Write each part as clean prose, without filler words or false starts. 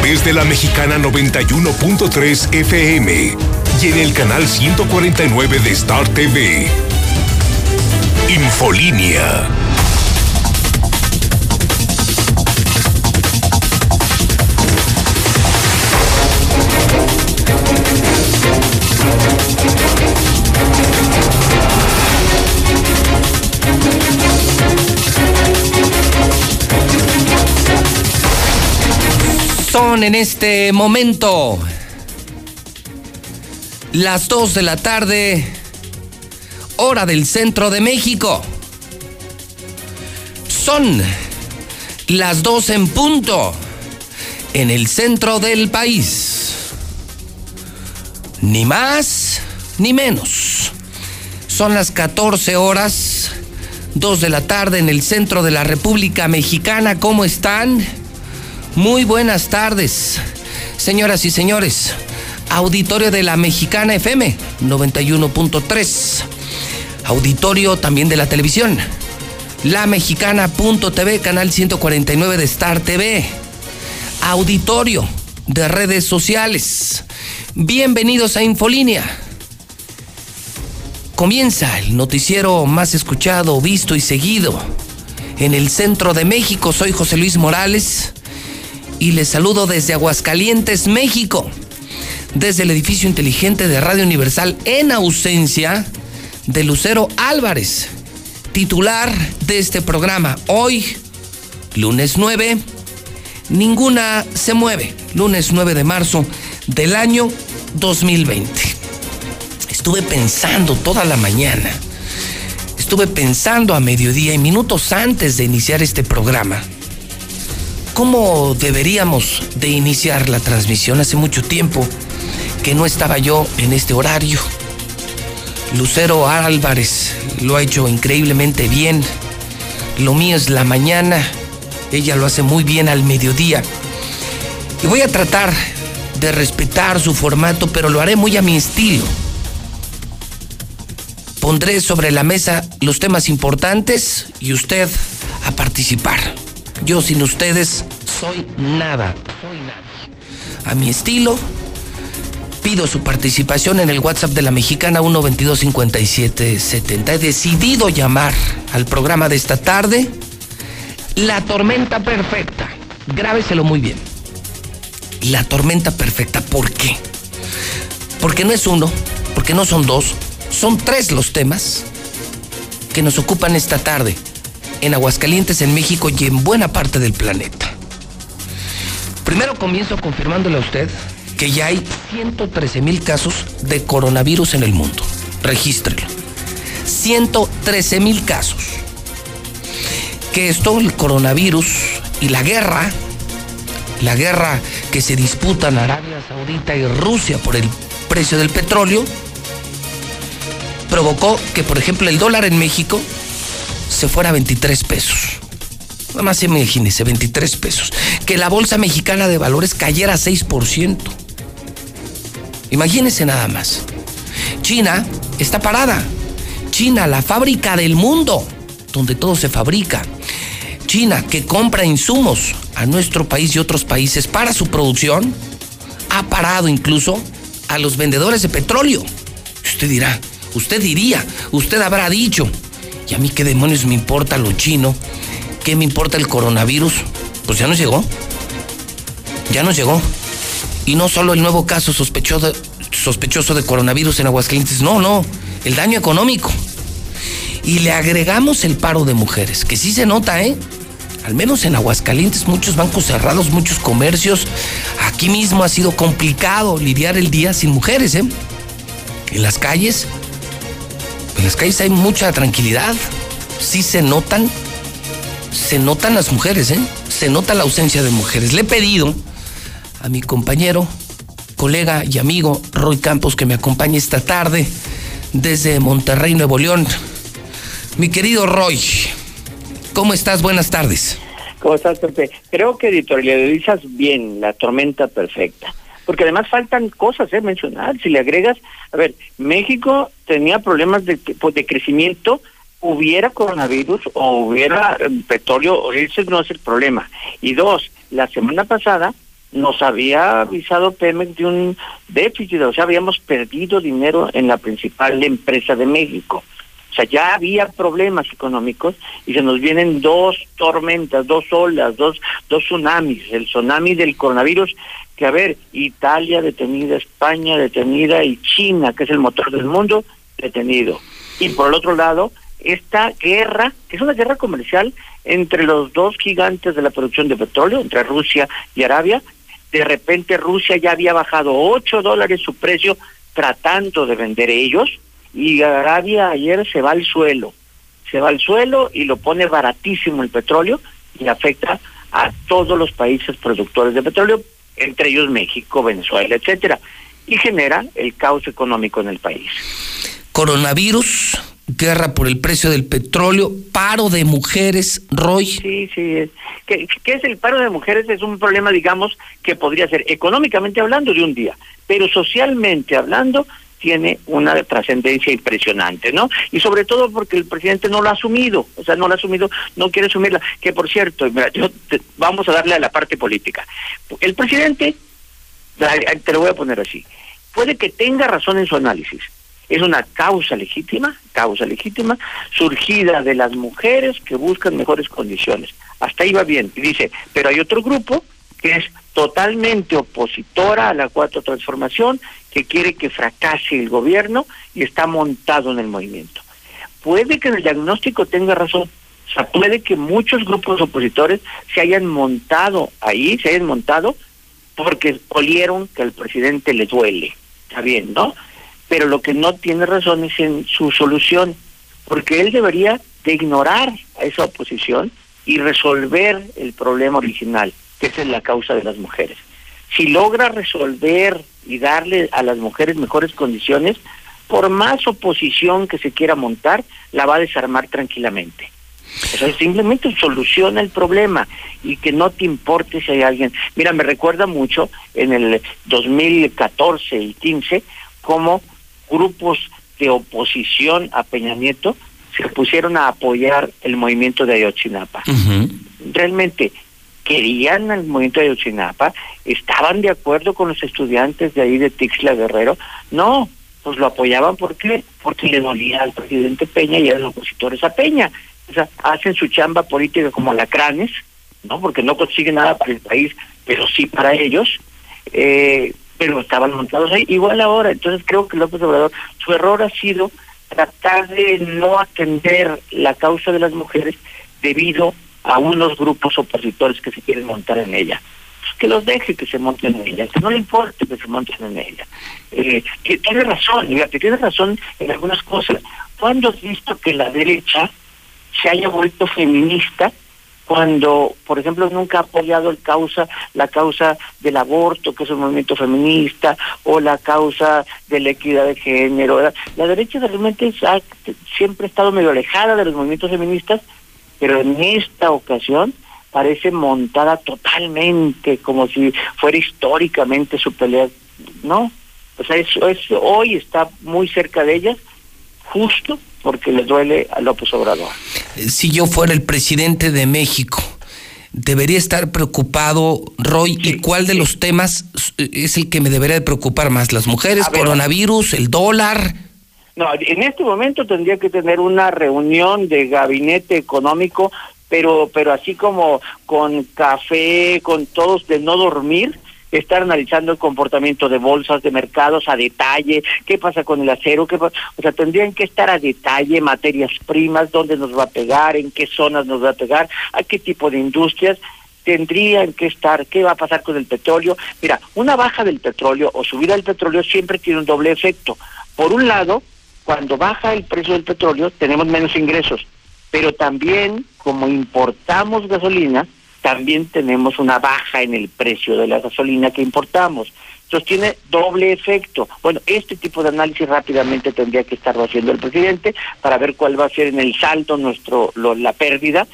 través de la Mexicana 91.3 FM y en el canal 149 de Star TV. Infolínea. Son en este momento las 2 de la tarde, hora del centro de México. Son las 2 en punto en el centro del país. Ni más ni menos. Son las 14 horas, 2 de la tarde en el centro de la República Mexicana. ¿Cómo están? Muy buenas tardes, señoras y señores. Auditorio de la Mexicana FM 91.3. Auditorio también de la televisión. lamexicana.tv, canal 149 de Star TV. Auditorio de redes sociales. Bienvenidos a Infolínea. Comienza el noticiero más escuchado, visto y seguido en el centro de México. Soy José Luis Morales y les saludo desde Aguascalientes, México, desde el edificio inteligente de Radio Universal, en ausencia de Lucero Álvarez, titular de este programa. Hoy, lunes 9, ninguna se mueve, lunes 9 de marzo del año 2020. Estuve pensando toda la mañana, estuve pensando a mediodía y minutos antes de iniciar este programa, ¿cómo deberíamos de iniciar la transmisión? Hace mucho tiempo que no estaba yo en este horario. Lucero Álvarez lo ha hecho increíblemente bien. Lo mío es la mañana. Ella lo hace muy bien al mediodía. Y voy a tratar de respetar su formato, pero lo haré muy a mi estilo. Pondré sobre la mesa los temas importantes y usted a participar. Yo sin ustedes soy nada, a mi estilo. Pido su participación en el WhatsApp de la Mexicana 122-5770. He decidido llamar al programa de esta tarde La Tormenta Perfecta. Grábeselo muy bien. La Tormenta Perfecta. ¿Por qué? Porque no es uno, porque no son dos, son tres los temas que nos ocupan esta tarde en Aguascalientes, en México y en buena parte del planeta. Primero comienzo confirmándole a usted que ya hay 113,000 casos de coronavirus en el mundo. Regístrelo. 113,000 casos. Que esto, el coronavirus y la guerra que se disputan Arabia Saudita y Rusia por el precio del petróleo, provocó que, por ejemplo, el dólar en México se fuera a 23 pesos. Nada más imagínese, 23 pesos. Que la Bolsa Mexicana de Valores cayera 6%. Imagínese nada más. China está parada. China, la fábrica del mundo, donde todo se fabrica. China, que compra insumos a nuestro país y otros países para su producción, ha parado incluso a los vendedores de petróleo. Usted dirá, usted diría, usted habrá dicho, ¿y a mí qué demonios me importa lo chino? ¿Qué me importa el coronavirus? Pues ya nos llegó. Ya nos llegó. Y no solo el nuevo caso sospechoso de coronavirus en Aguascalientes, no, el daño económico. Y le agregamos el paro de mujeres, que sí se nota, al menos en Aguascalientes, muchos bancos cerrados, muchos comercios. Aquí mismo ha sido complicado lidiar el día sin mujeres, En las calles hay mucha tranquilidad. Sí se notan las mujeres, Se nota la ausencia de mujeres. Le he pedido a mi compañero, colega y amigo Roy Campos que me acompañe esta tarde desde Monterrey, Nuevo León. Mi querido Roy, ¿cómo estás? Buenas tardes. ¿Cómo estás, Pepe? Creo que editorializas bien La Tormenta Perfecta, porque además faltan cosas mencionar. Si le agregas, a ver, México tenía problemas de crecimiento, hubiera coronavirus o hubiera petróleo, ese no es el problema. Y dos, la semana pasada nos había avisado Pemex de un déficit, o sea, habíamos perdido dinero en la principal empresa de México. O sea, ya había problemas económicos y se nos vienen dos tormentas, dos olas, dos tsunamis. El tsunami del coronavirus, que a ver, Italia detenida, España detenida y China, que es el motor del mundo, detenido. Y por el otro lado, esta guerra, que es una guerra comercial entre los dos gigantes de la producción de petróleo, entre Rusia y Arabia. De repente Rusia ya había bajado $8 su precio tratando de vender ellos, y Arabia ayer se va al suelo y lo pone baratísimo el petróleo y afecta a todos los países productores de petróleo, entre ellos México, Venezuela, etcétera, y genera el caos económico en el país. Coronavirus, guerra por el precio del petróleo, paro de mujeres, Roy. Sí. ¿Qué es el paro de mujeres? Es un problema, digamos, que podría ser económicamente hablando de un día, pero socialmente hablando tiene una trascendencia impresionante, ¿no? Y sobre todo porque el presidente no lo ha asumido, no quiere asumirla. Que por cierto, mira, vamos a darle a la parte política. El presidente, te lo voy a poner así, puede que tenga razón en su análisis. Es una causa legítima, surgida de las mujeres que buscan mejores condiciones. Hasta ahí va bien. Y dice, pero hay otro grupo que es totalmente opositora a la Cuarta Transformación, que quiere que fracase el gobierno y está montado en el movimiento. Puede que en el diagnóstico tenga razón. O sea, puede que muchos grupos opositores se hayan montado porque olieron que al presidente le duele. Está bien, ¿no? Pero lo que no tiene razón es en su solución, porque él debería de ignorar a esa oposición y resolver el problema original, que es la causa de las mujeres. Si logra resolver y darle a las mujeres mejores condiciones, por más oposición que se quiera montar, la va a desarmar tranquilamente. O sea, simplemente soluciona el problema y que no te importe si hay alguien. Mira, me recuerda mucho en el 2014 y 15 cómo grupos de oposición a Peña Nieto se pusieron a apoyar el movimiento de Ayotzinapa. Uh-huh. Realmente querían el movimiento de Ayotzinapa, estaban de acuerdo con los estudiantes de ahí de Tixla Guerrero. No, pues lo apoyaban porque le dolía al presidente Peña y eran opositores a Peña. O sea, hacen su chamba política como alacranes, ¿no? Porque no consiguen nada para el país, pero sí para ellos. Pero estaban montados ahí, igual ahora. Entonces creo que López Obrador, su error ha sido tratar de no atender la causa de las mujeres debido a unos grupos opositores que se quieren montar en ella. Pues que los deje que se monten en ella, que no le importe que se monten en ella. Que tiene razón, fíjate, tiene razón en algunas cosas. ¿Cuándo has visto que la derecha se haya vuelto feminista cuando, por ejemplo, nunca ha apoyado la causa del aborto, que es un movimiento feminista, o la causa de la equidad de género? La derecha realmente siempre ha estado medio alejada de los movimientos feministas, pero en esta ocasión parece montada totalmente, como si fuera históricamente su pelea. No, o sea, hoy está muy cerca de ellas, justo porque le duele a López Obrador. Si yo fuera el presidente de México, debería estar preocupado, Roy, sí, ¿y cuál de los temas es el que me debería de preocupar más? ¿Las mujeres, coronavirus, el dólar? No, en este momento tendría que tener una reunión de gabinete económico, pero así como con café, con todos, de no dormir, estar analizando el comportamiento de bolsas, de mercados a detalle, qué pasa con el acero, o sea, tendrían que estar a detalle, materias primas, dónde nos va a pegar, en qué zonas nos va a pegar, a qué tipo de industrias tendrían que estar, qué va a pasar con el petróleo. Mira, una baja del petróleo o subida del petróleo siempre tiene un doble efecto. Por un lado, cuando baja el precio del petróleo, tenemos menos ingresos, pero también, como importamos gasolina, también tenemos una baja en el precio de la gasolina que importamos. Entonces tiene doble efecto. Bueno, este tipo de análisis rápidamente tendría que estarlo haciendo el presidente para ver cuál va a ser en el saldo la pérdida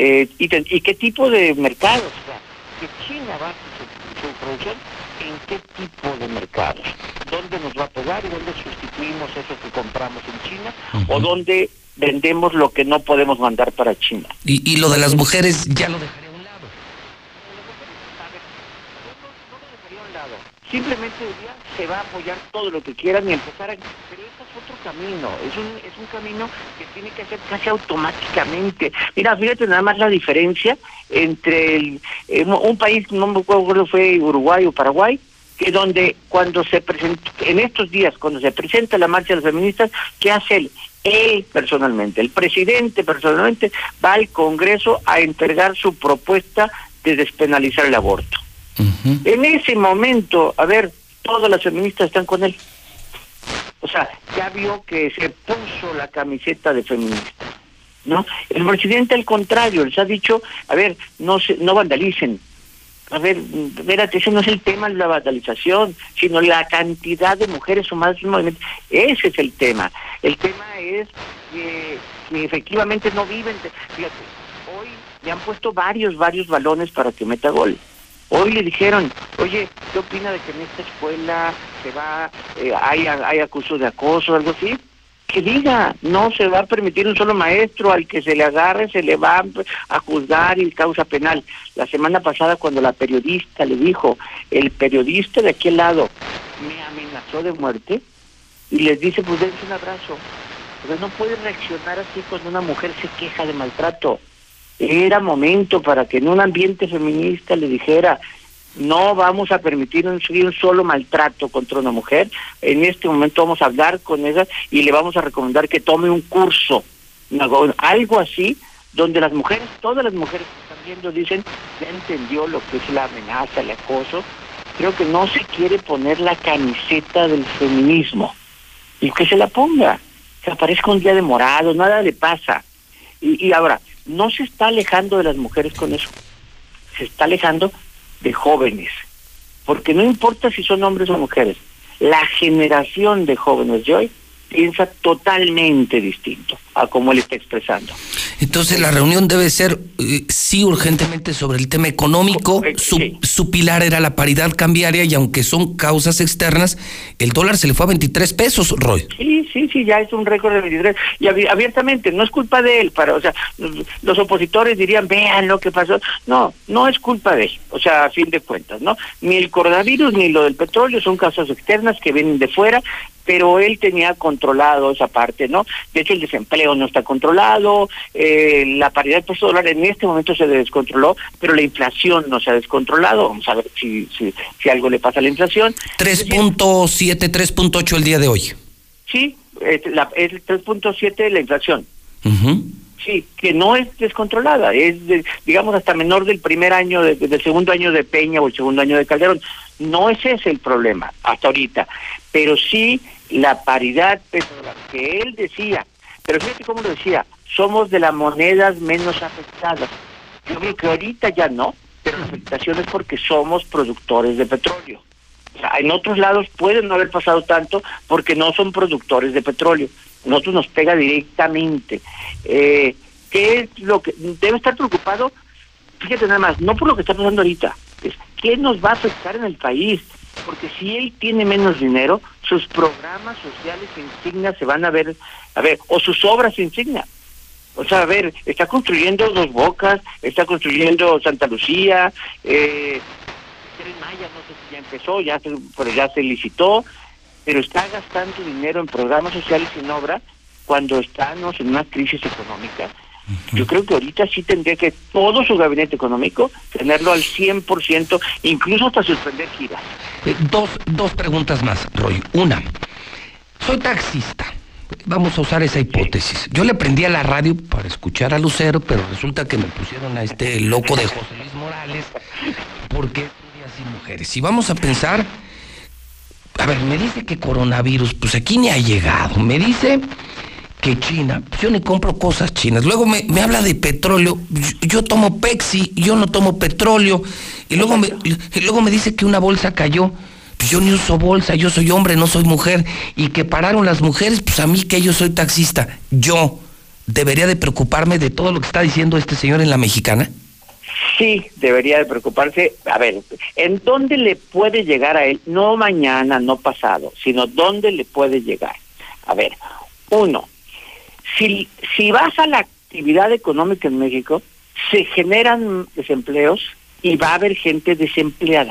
y qué tipo de mercados. O sea, que China va su producción, ¿en qué tipo de mercados? ¿Dónde nos va a pegar y dónde sustituimos eso que compramos en China? Uh-huh. ¿O dónde vendemos lo que no podemos mandar para China? Y lo de las mujeres ya lo dejaré. un lado. Simplemente diría, se va a apoyar todo lo que quieran y empezar a... Pero este es otro camino, es un camino que tiene que hacer casi automáticamente. Mira, fíjate nada más la diferencia entre un país, no me acuerdo, fue Uruguay o Paraguay, que donde cuando se presenta, en estos días, cuando se presenta la marcha de las feministas, ¿qué hace él? Él personalmente, el presidente personalmente, va al Congreso a entregar su propuesta de despenalizar el aborto. Uh-huh. En ese momento, a ver, todas las feministas están con él. O sea, ya vio que se puso la camiseta de feminista, ¿no? El presidente, al contrario, les ha dicho, a ver, no vandalicen. A ver, espérate, ese no es el tema de la vandalización, sino la cantidad de mujeres sumadas en un movimiento. Ese es el tema. El tema es que efectivamente no viven. Fíjate, hoy le han puesto varios balones para que meta gol. Hoy le dijeron, oye, ¿qué opina de que en esta escuela hay acusos de acoso o algo así? Que diga, no se va a permitir un solo maestro, al que se le agarre se le va a juzgar y causa penal. La semana pasada, cuando la periodista le dijo, el periodista de aquel lado me amenazó de muerte, y les dice, pues dense un abrazo. Porque no puede reaccionar así cuando una mujer se queja de maltrato. Era momento para que en un ambiente feminista le dijera, no vamos a permitir un solo maltrato contra una mujer. En este momento vamos a hablar con ella y le vamos a recomendar que tome un curso, algo así, donde las mujeres, todas las mujeres que están viendo dicen, ya entendió lo que es la amenaza, el acoso. Creo que no se quiere poner la camiseta del feminismo, y que se la ponga, que aparezca un día de morado, nada le pasa. Y ahora, no se está alejando de las mujeres con eso, se está alejando de jóvenes, porque no importa si son hombres o mujeres, la generación de jóvenes de hoy piensa totalmente distinto a como él está expresando. Entonces la reunión debe ser, sí, urgentemente sobre el tema económico. Sí. Su pilar era la paridad cambiaria, y aunque son causas externas, el dólar se le fue a 23 pesos, Roy. Sí, ya es un récord de 23. Y abiertamente, no es culpa de él. O sea, los opositores dirían, vean lo que pasó. No es culpa de él. O sea, a fin de cuentas, ¿no? Ni el coronavirus ni lo del petróleo son causas externas que vienen de fuera, pero él tenía controlado esa parte, ¿no? De hecho, el desempleo no está controlado, la paridad peso-dólar en este momento se descontroló, pero la inflación no se ha descontrolado. Vamos a ver si algo le pasa a la inflación. 3.7, 3.8 el día de hoy. Sí, es el 3.7 de la inflación. Uh-huh. Sí, que no es descontrolada, es, digamos, hasta menor del primer año, del segundo año de Peña o el segundo año de Calderón. No ese es el problema hasta ahorita, pero sí la paridad peso-dólar, que él decía, pero fíjate cómo lo decía, somos de las monedas menos afectadas. Yo creo que ahorita ya no, pero la afectación es porque somos productores de petróleo. O sea, en otros lados pueden no haber pasado tanto porque no son productores de petróleo. Nosotros nos pega directamente. ¿Qué es lo que debe estar preocupado? Fíjate nada más, no por lo que está pasando ahorita, es qué nos va a afectar en el país. Porque si él tiene menos dinero, sus programas sociales insignias se van a ver, o sus obras insignias. O sea, está construyendo Dos Bocas, está construyendo Santa Lucía, Tren Maya, no sé si ya empezó, pero ya se licitó, pero está gastando dinero en programas sociales y en obra cuando estamos en una crisis económica. Yo creo que ahorita sí tendría que todo su gabinete económico tenerlo al 100%, incluso hasta suspender giras. Dos preguntas más, Roy. Una, soy taxista. Vamos a usar esa hipótesis. Yo le prendí a la radio para escuchar a Lucero, pero resulta que me pusieron a este loco de José Luis Morales, porque días sin mujeres. Y vamos a pensar, me dice que coronavirus, pues aquí ni ha llegado. Me dice que China, yo ni compro cosas chinas. Luego me habla de petróleo, yo tomo Pepsi, yo no tomo petróleo. Y luego me dice que una bolsa cayó. Pues yo ni uso bolsa, yo soy hombre, no soy mujer. Y que pararon las mujeres, pues a mí que yo soy taxista. ¿Yo debería de preocuparme de todo lo que está diciendo este señor en La Mexicana? Sí, debería de preocuparse. ¿En dónde le puede llegar a él? No mañana, no pasado, sino dónde le puede llegar. Uno, si vas a la actividad económica en México, se generan desempleos y va a haber gente desempleada.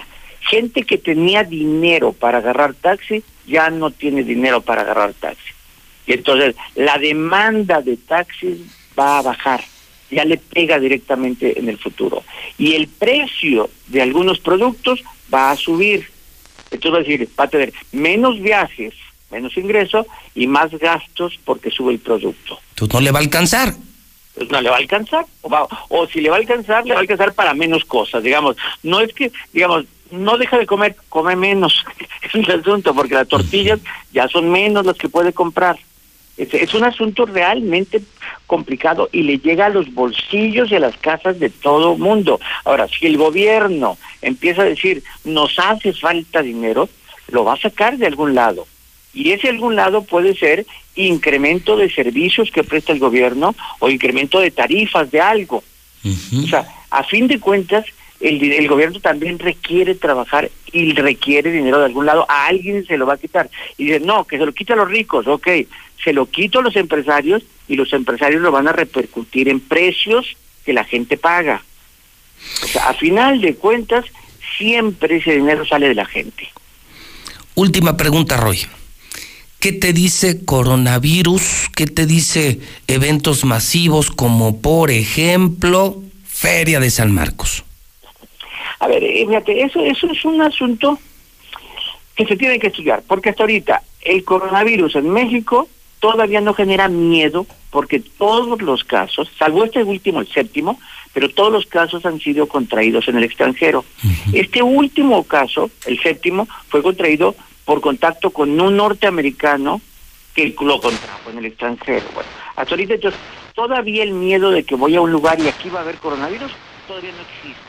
gente que tenía dinero para agarrar taxi, ya no tiene dinero para agarrar taxi. Y entonces la demanda de taxis va a bajar, ya le pega directamente en el futuro. Y el precio de algunos productos va a subir. Entonces va a decir, va a tener menos viajes, menos ingreso y más gastos porque sube el producto. Entonces no le va a alcanzar. Pues no le va a alcanzar, o si le va a alcanzar para menos cosas, digamos. No es que, digamos, no deja de comer, come menos, es un asunto, porque las tortillas ya son menos las que puede comprar. Es un asunto realmente complicado y le llega a los bolsillos y a las casas de todo mundo. Ahora, si el gobierno empieza a decir, nos hace falta dinero, lo va a sacar de algún lado. Y ese algún lado puede ser incremento de servicios que presta el gobierno o incremento de tarifas de algo. Uh-huh. O sea, a fin de cuentas, el gobierno también requiere trabajar y requiere dinero de algún lado. A alguien se lo va a quitar. Y dice, no, que se lo quita a los ricos. Ok, se lo quito a los empresarios y los empresarios lo van a repercutir en precios que la gente paga. O sea, a final de cuentas, siempre ese dinero sale de la gente. Última pregunta, Roy. ¿Qué te dice coronavirus? ¿Qué te dice eventos masivos como, por ejemplo, Feria de San Marcos? A ver, fíjate, eso es un asunto que se tiene que estudiar, porque hasta ahorita el coronavirus en México todavía no genera miedo, porque todos los casos, salvo este último, el 7º, pero todos los casos han sido contraídos en el extranjero. Uh-huh. Este último caso, el 7º, fue contraído por contacto con un norteamericano que lo contrajo en el extranjero. Bueno, hasta ahorita entonces, todavía el miedo de que voy a un lugar y aquí va a haber coronavirus, todavía no existe.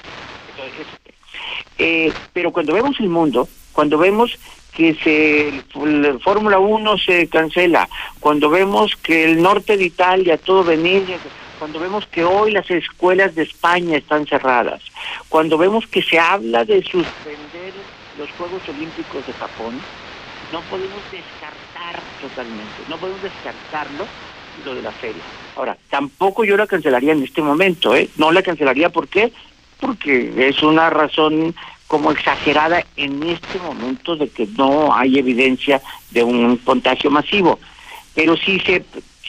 Entonces, pero cuando vemos el mundo, cuando vemos que la Fórmula 1 se cancela, cuando vemos que el norte de Italia, todo Venecia, cuando vemos que hoy las escuelas de España están cerradas, cuando vemos que se habla de suspender los Juegos Olímpicos de Japón, no podemos descartar totalmente, no podemos descartarlo lo de la feria. Ahora, tampoco yo la cancelaría en este momento, no la cancelaría, ¿por qué? Porque es una razón como exagerada en este momento de que no hay evidencia de un contagio masivo. Pero si se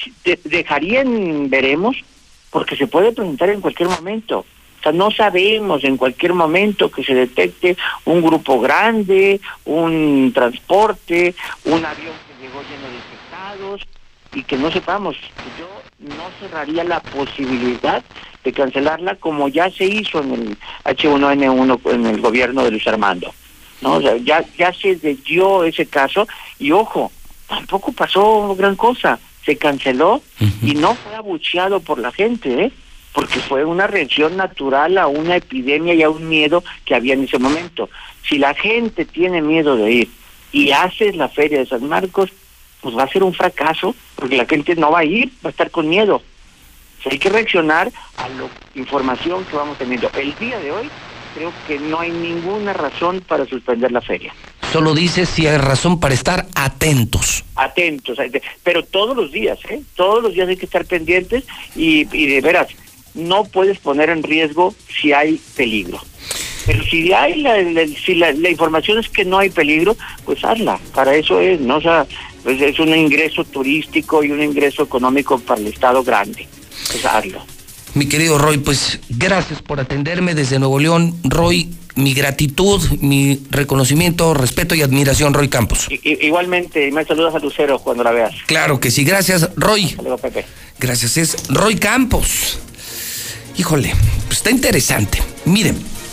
dejarían, veremos, porque se puede presentar en cualquier momento. O sea, no sabemos en cualquier momento que se detecte un grupo grande, un transporte, un avión que llegó lleno de infectados y que no sepamos. Yo no cerraría la posibilidad de cancelarla como ya se hizo en el H1N1 en el gobierno de Luis Armando, ¿no? O sea, ya se dio ese caso y ojo, tampoco pasó gran cosa, se canceló y no fue abucheado por la gente, porque fue una reacción natural a una epidemia y a un miedo que había en ese momento. Si la gente tiene miedo de ir y haces la Feria de San Marcos, pues va a ser un fracaso, porque la gente no va a ir, va a estar con miedo. O sea, hay que reaccionar a la información que vamos teniendo. El día de hoy creo que no hay ninguna razón para suspender la feria. Solo dices si hay razón para estar atentos. Atentos, pero todos los días hay que estar pendientes y de veras, no puedes poner en riesgo si hay peligro. Pero si hay la información es que no hay peligro, pues hazla. Para eso es, ¿no? O sea, pues es un ingreso turístico y un ingreso económico para el Estado grande. Pues hazlo. Mi querido Roy, pues gracias por atenderme desde Nuevo León. Roy, mi gratitud, mi reconocimiento, respeto y admiración, Roy Campos. Igualmente, me saludas a Lucero cuando la veas. Claro que sí, gracias, Roy. Hasta luego, Pepe. Gracias, es Roy Campos. Híjole, pues está interesante. Miren,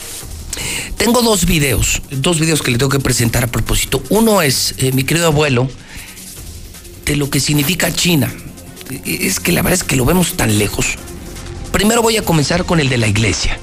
tengo dos videos que le tengo que presentar a propósito. Uno es, mi querido abuelo, de lo que significa China. Es que la verdad es que lo vemos tan lejos. Primero voy a comenzar con el de la iglesia.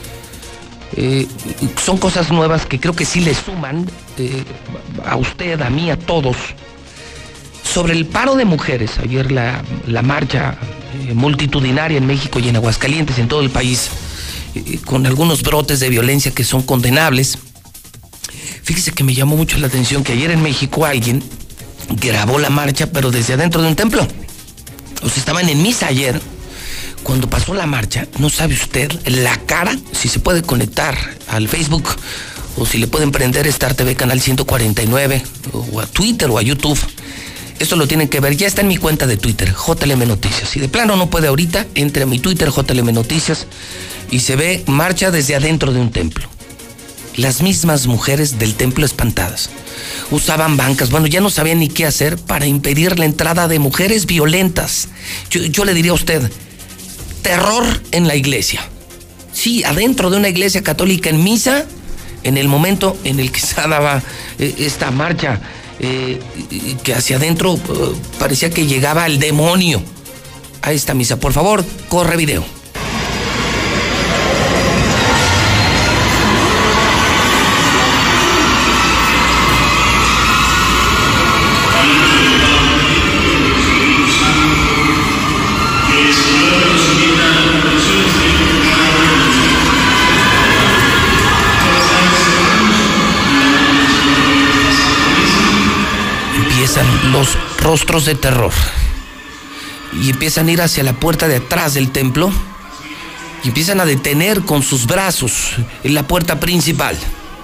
Son cosas nuevas que creo que sí le suman a usted, a mí, a todos. Sobre el paro de mujeres, ayer la marcha multitudinaria en México y en Aguascalientes, en todo el país, con algunos brotes de violencia que son condenables. Fíjese que me llamó mucho la atención que ayer en México alguien grabó la marcha, pero desde adentro de un templo. O sea, estaban en misa ayer. Cuando pasó la marcha, no sabe usted la cara, si se puede conectar al Facebook o si le pueden prender Star TV Canal 149, o a Twitter o a YouTube. Esto lo tienen que ver, ya está en mi cuenta de Twitter, JLM Noticias. Si de plano no puede ahorita, entre a mi Twitter, JLM Noticias, y se ve marcha desde adentro de un templo. Las mismas mujeres del templo espantadas. Usaban bancas, bueno, ya no sabían ni qué hacer para impedir la entrada de mujeres violentas. Yo le diría a usted, terror en la iglesia. Sí, adentro de una iglesia católica en misa, en el momento en el que se daba esta marcha, que hacia adentro parecía que llegaba el demonio a esta misa. Por favor, corre video. Los rostros de terror y empiezan a ir hacia la puerta de atrás del templo y empiezan a detener con sus brazos en la puerta principal.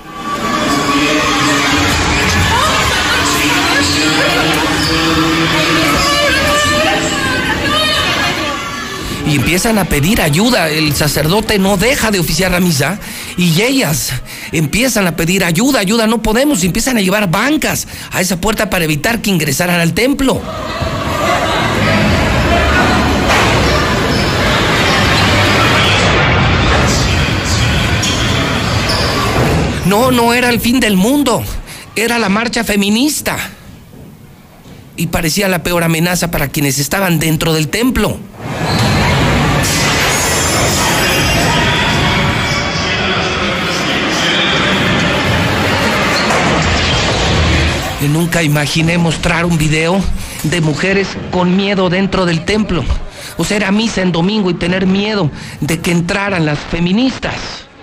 Y empiezan a pedir ayuda. El sacerdote no deja de oficiar la misa y ellas empiezan a pedir ayuda, no podemos, y empiezan a llevar bancas a esa puerta para evitar que ingresaran al templo. No era el fin del mundo, era la marcha feminista. Y parecía la peor amenaza para quienes estaban dentro del templo. Y nunca imaginé mostrar un video de mujeres con miedo dentro del templo. O sea, era misa en domingo y tener miedo de que entraran las feministas.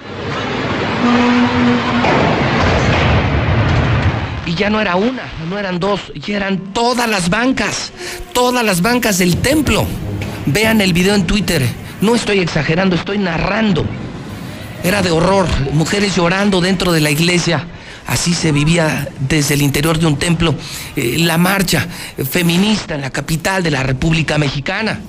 Y ya no era una, no eran dos, ya eran todas las bancas del templo. Vean el video en Twitter, no estoy exagerando, estoy narrando. Era de horror, mujeres llorando dentro de la iglesia. Así se vivía desde el interior de un templo la marcha feminista en la capital de la República Mexicana.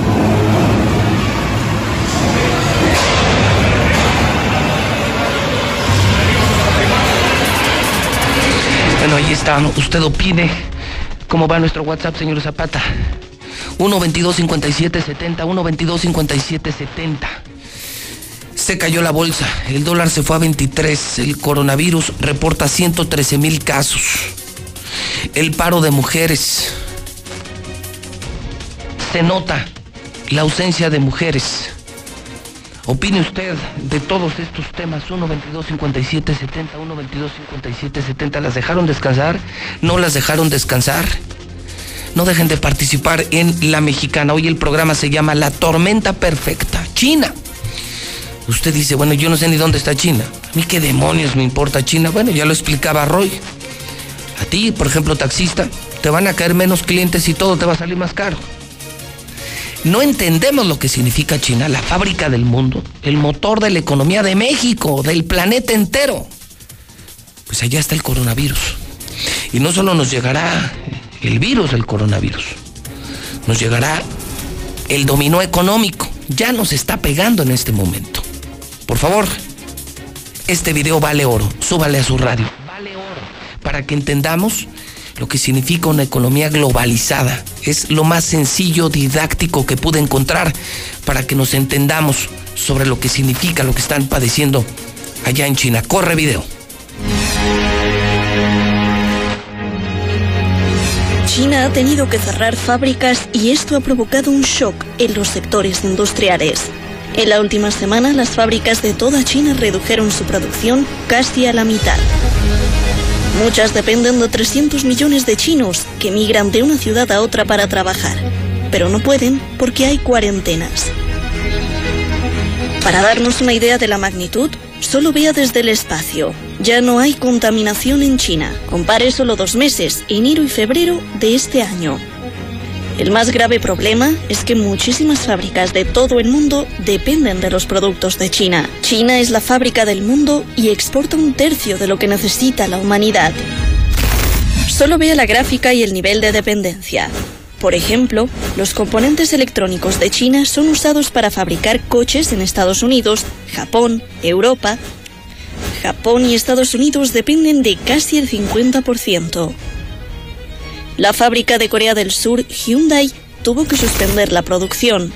Bueno, ahí está, usted opine. ¿Cómo va nuestro WhatsApp, señor Zapata? 1-22-57-70, 1-22-57-70. Se cayó la bolsa, el dólar se fue a 23, el coronavirus reporta 113,000 casos. El paro de mujeres, se nota la ausencia de mujeres. Opine usted de todos estos temas. 1-22-57-70, 1-22-57-70. ¿Las dejaron descansar? ¿No las dejaron descansar? No dejen de participar en La Mexicana. Hoy el programa se llama La Tormenta Perfecta. China. Usted dice, bueno, yo no sé ni dónde está China. A mí qué demonios me importa China. Bueno, ya lo explicaba Roy. A ti, por ejemplo, taxista, te van a caer menos clientes y todo te va a salir más caro. No entendemos lo que significa China, la fábrica del mundo, el motor de la economía de México, del planeta entero. Pues allá está el coronavirus. Y no solo nos llegará el virus del coronavirus, nos llegará el dominó económico. Ya nos está pegando en este momento. Por favor, este video vale oro, súbale a su radio. Vale oro, para que entendamos lo que significa una economía globalizada. Es lo más sencillo, didáctico que pude encontrar para que nos entendamos sobre lo que significa lo que están padeciendo allá en China. Corre video. China ha tenido que cerrar fábricas y esto ha provocado un shock en los sectores industriales. En la última semana, las fábricas de toda China redujeron su producción casi a la mitad. Muchas dependen de 300 millones de chinos que migran de una ciudad a otra para trabajar, pero no pueden porque hay cuarentenas. Para darnos una idea de la magnitud, solo vea desde el espacio. Ya no hay contaminación en China. Compare solo 2 meses, enero y febrero de este año. El más grave problema es que muchísimas fábricas de todo el mundo dependen de los productos de China. China es la fábrica del mundo y exporta 1/3 de lo que necesita la humanidad. Solo vea la gráfica y el nivel de dependencia. Por ejemplo, los componentes electrónicos de China son usados para fabricar coches en Estados Unidos, Japón, Europa. Japón y Estados Unidos dependen de casi el 50%. La fábrica de Corea del Sur, Hyundai, tuvo que suspender la producción.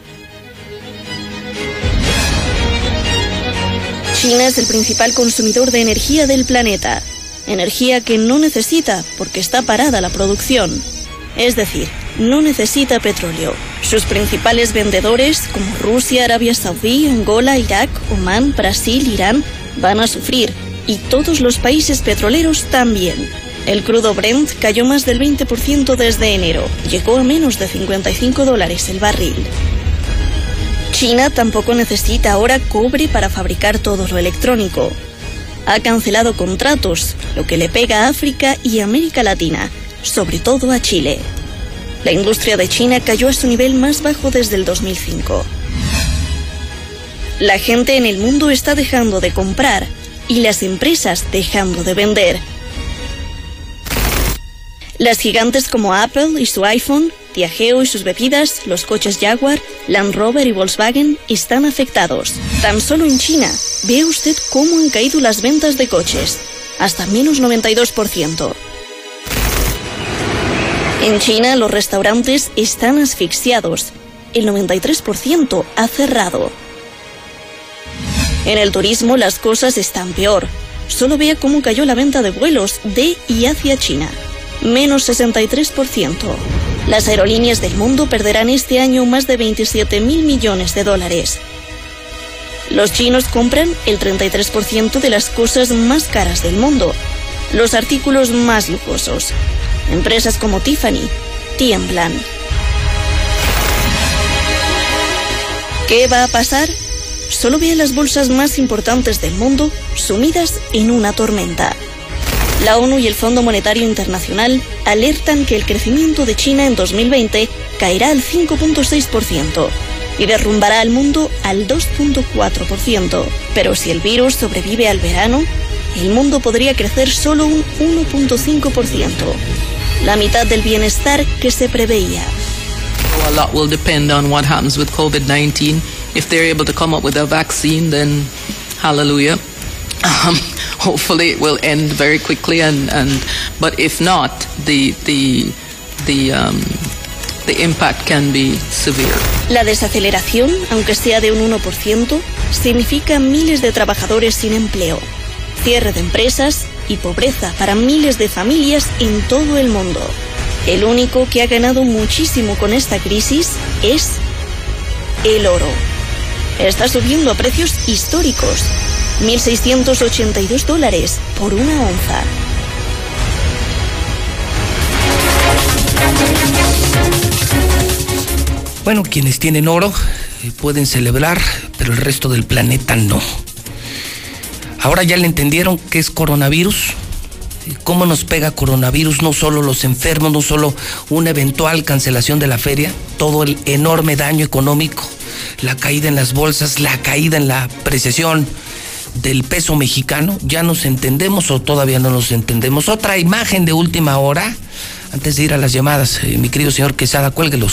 China es el principal consumidor de energía del planeta. Energía que no necesita porque está parada la producción. Es decir, no necesita petróleo. Sus principales vendedores, como Rusia, Arabia Saudí, Angola, Irak, Omán, Brasil, Irán, van a sufrir. Y todos los países petroleros también. El crudo Brent cayó más del 20% desde enero. Llegó a menos de $55 el barril. China tampoco necesita ahora cobre para fabricar todo lo electrónico. Ha cancelado contratos, lo que le pega a África y América Latina, sobre todo a Chile. La industria de China cayó a su nivel más bajo desde el 2005. La gente en el mundo está dejando de comprar y las empresas dejando de vender. Las gigantes como Apple y su iPhone, Diageo y sus bebidas, los coches Jaguar, Land Rover y Volkswagen están afectados. Tan solo en China, vea usted cómo han caído las ventas de coches, hasta menos 92%. En China, los restaurantes están asfixiados. El 93% ha cerrado. En el turismo, las cosas están peor. Solo vea cómo cayó la venta de vuelos de y hacia China. Menos 63%. Las aerolíneas del mundo perderán este año más de 27.000 millones de dólares. Los chinos compran el 33% de las cosas más caras del mundo, los artículos más lujosos. Empresas como Tiffany tiemblan. ¿Qué va a pasar? Solo vea las bolsas más importantes del mundo sumidas en una tormenta. La ONU y el Fondo Monetario Internacional alertan que el crecimiento de China en 2020 caerá al 5.6% y derrumbará al mundo al 2.4%. Pero si el virus sobrevive al verano, el mundo podría crecer solo un 1.5%, la mitad del bienestar que se preveía. A lot will depend on what happens with COVID-19. If they're able to come up with a vaccine, then hallelujah. Hopefully it will end very quickly, but if not, the impact can be severe. La desaceleración, aunque sea de un 1%, significa miles de trabajadores sin empleo, cierre de empresas y pobreza para miles de familias en todo el mundo. El único que ha ganado muchísimo con esta crisis es el oro. Está subiendo a precios históricos. $1.682 por una onza. Bueno, quienes tienen oro pueden celebrar, pero el resto del planeta no. Ahora ya le entendieron qué es coronavirus, cómo nos pega coronavirus, no solo los enfermos, no solo una eventual cancelación de la feria, todo el enorme daño económico, la caída en las bolsas, la caída en la apreciación del peso mexicano. ¿Ya nos entendemos o todavía no nos entendemos? Otra imagen de última hora, antes de ir a las llamadas, mi querido señor Quesada, cuélguelos.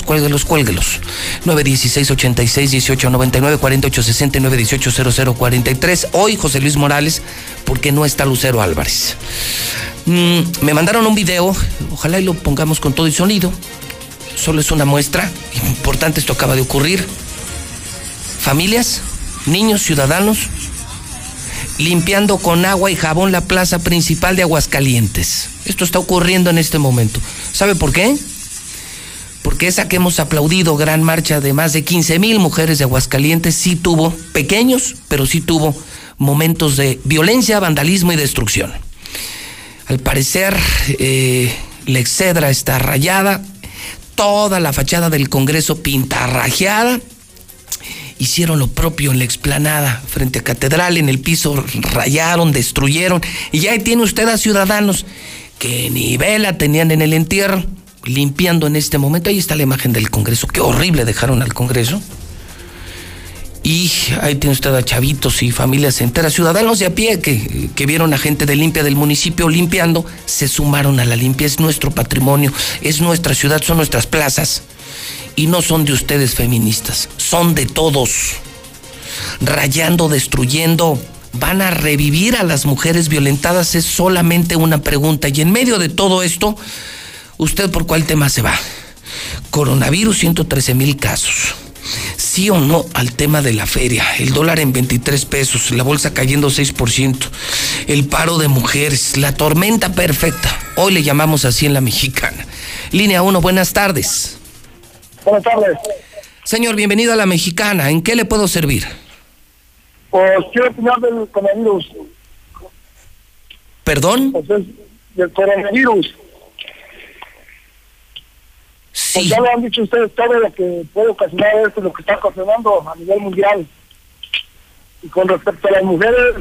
916-86-1899, 4860-918-0043. Hoy José Luis Morales, porque no está Lucero Álvarez. Me mandaron un video, ojalá y lo pongamos con todo y sonido. Solo es una muestra, importante, esto acaba de ocurrir. Familias, niños, ciudadanos, limpiando con agua y jabón la plaza principal de Aguascalientes. Esto está ocurriendo en este momento. ¿Sabe por qué? Porque esa que hemos aplaudido, gran marcha de más de 15,000 mujeres de Aguascalientes, sí tuvo, pequeños, pero sí tuvo momentos de violencia, vandalismo y destrucción. Al parecer, la Excedra está rayada, toda la fachada del Congreso pintarrajeada. Hicieron lo propio en la explanada frente a Catedral, en el piso rayaron, destruyeron, y ya ahí tiene usted a ciudadanos que ni vela tenían en el entierro, limpiando en este momento. Ahí está la imagen del Congreso. Qué horrible dejaron al Congreso. Y ahí tiene usted a chavitos y familias enteras, ciudadanos de a pie que vieron a gente de limpia del municipio limpiando, se sumaron a la limpia. Es nuestro patrimonio, es nuestra ciudad, son nuestras plazas. Y no son de ustedes feministas, son de todos. Rayando, destruyendo, van a revivir a las mujeres violentadas, es solamente una pregunta. Y en medio de todo esto, ¿usted por cuál tema se va? Coronavirus, 113,000 casos. ¿Sí o no al tema de la feria? El dólar en 23 pesos, la bolsa cayendo 6%, el paro de mujeres, la tormenta perfecta. Hoy le llamamos así en La Mexicana. Línea 1, buenas tardes. Buenas tardes. Señor, bienvenido a La Mexicana. ¿En qué le puedo servir? Pues quiero opinar del coronavirus. ¿Perdón? Pues del coronavirus. Sí. Pues ya lo han dicho ustedes todo lo que puede ocasionar esto, lo que está ocasionando a nivel mundial. Y con respecto a las mujeres,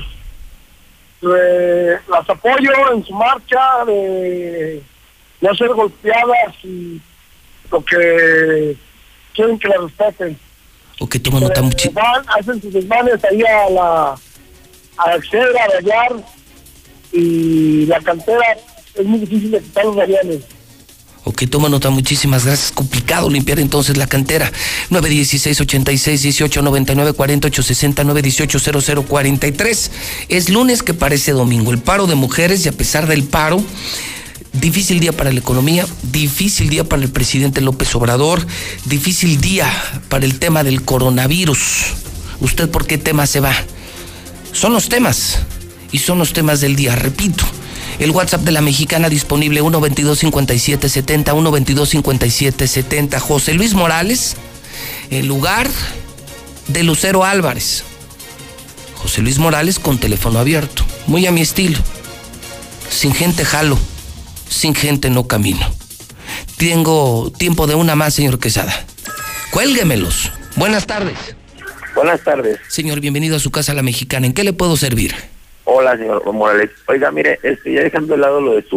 las apoyo en su marcha de no ser golpeadas y lo que quieren que las respeten. O que toma nota mucho. Hacen sus desmanes ahí a Excel, a Rayar, y la cantera es muy difícil de quitar los radiales. Ok, toma nota, muchísimas gracias. Complicado limpiar entonces la cantera. 916-86-1899-4860-918-0043. Es lunes que parece domingo. El paro de mujeres, y a pesar del paro, difícil día para la economía, difícil día para el presidente López Obrador, difícil día para el tema del coronavirus. ¿Usted por qué tema se va? Son los temas, y son los temas del día, repito. El WhatsApp de La Mexicana disponible 122-5770, 122-5770. José Luis Morales, en lugar de Lucero Álvarez. José Luis Morales con teléfono abierto, muy a mi estilo. Sin gente jalo, sin gente no camino. Tengo tiempo de una más, señor Quesada. Cuélguemelos. Buenas tardes. Buenas tardes. Señor, bienvenido a su casa La Mexicana. ¿En qué le puedo servir? Hola, señor Morales. Oiga, mire, ya dejando de lado lo que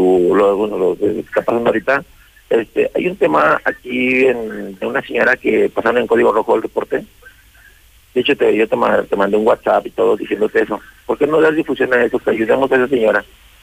está pasando ahorita, hay un tema aquí de una señora que pasaron en código rojo el reporte. De hecho, yo te mandé un WhatsApp y todo diciéndote eso. ¿Por qué no das difusión a eso? Que ayudemos a esa señora.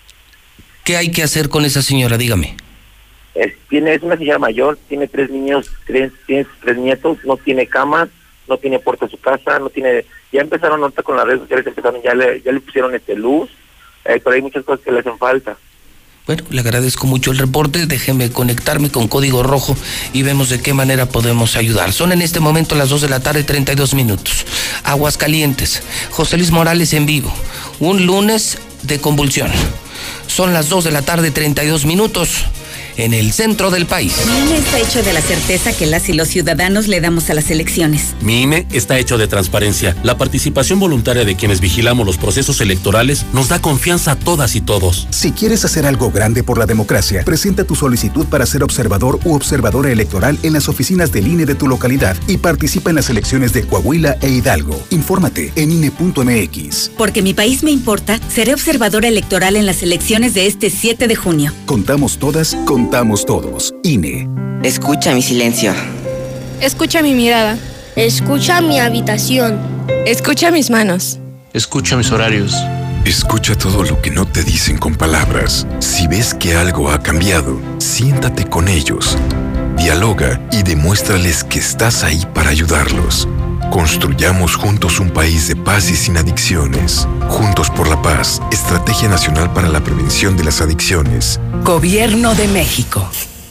¿Qué hay que hacer con esa señora? Dígame. Es una señora mayor, tiene 3 niños, tiene 3 nietos, no tiene camas, no tiene puerta a su casa, no tiene... Ya empezaron ahorita con las redes sociales, ya le pusieron luz, pero hay muchas cosas que le hacen falta. Bueno, le agradezco mucho el reporte, déjeme conectarme con Código Rojo y vemos de qué manera podemos ayudar. Son en este momento las 2:32 p.m. Aguascalientes, José Luis Morales en vivo, un lunes de convulsión. Son las 2:32 p.m. en el centro del país. Mi INE está hecho de la certeza que las y los ciudadanos le damos a las elecciones. Mi INE está hecho de transparencia. La participación voluntaria de quienes vigilamos los procesos electorales nos da confianza a todas y todos. Si quieres hacer algo grande por la democracia, presenta tu solicitud para ser observador u observadora electoral en las oficinas del INE de tu localidad y participa en las elecciones de Coahuila e Hidalgo. Infórmate en INE.mx. Porque mi país me importa, seré observadora electoral en las elecciones de este 7 de junio. Contamos todas, contamos todos. INE. Escucha mi silencio. Escucha mi mirada. Escucha mi habitación. Escucha mis manos. Escucha mis horarios. Escucha todo lo que no te dicen con palabras. Si ves que algo ha cambiado, siéntate con ellos. Dialoga y demuéstrales que estás ahí para ayudarlos. Construyamos juntos un país de paz y sin adicciones. Juntos por la paz, Estrategia Nacional para la Prevención de las Adicciones. Gobierno de México.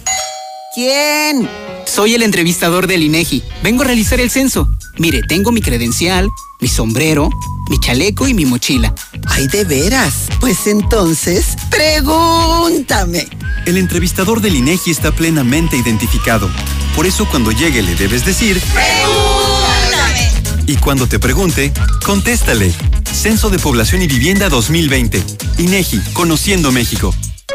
¿Quién? Soy el entrevistador del INEGI. Vengo a realizar el censo. Mire, tengo mi credencial, mi sombrero, mi chaleco y mi mochila. Ay, ¿de veras? Pues entonces, pregúntame. El entrevistador del INEGI está plenamente identificado. Por eso cuando llegue le debes decir... ¡Pregúntame! Y cuando te pregunte, contéstale. Censo de Población y Vivienda 2020. INEGI, Conociendo México.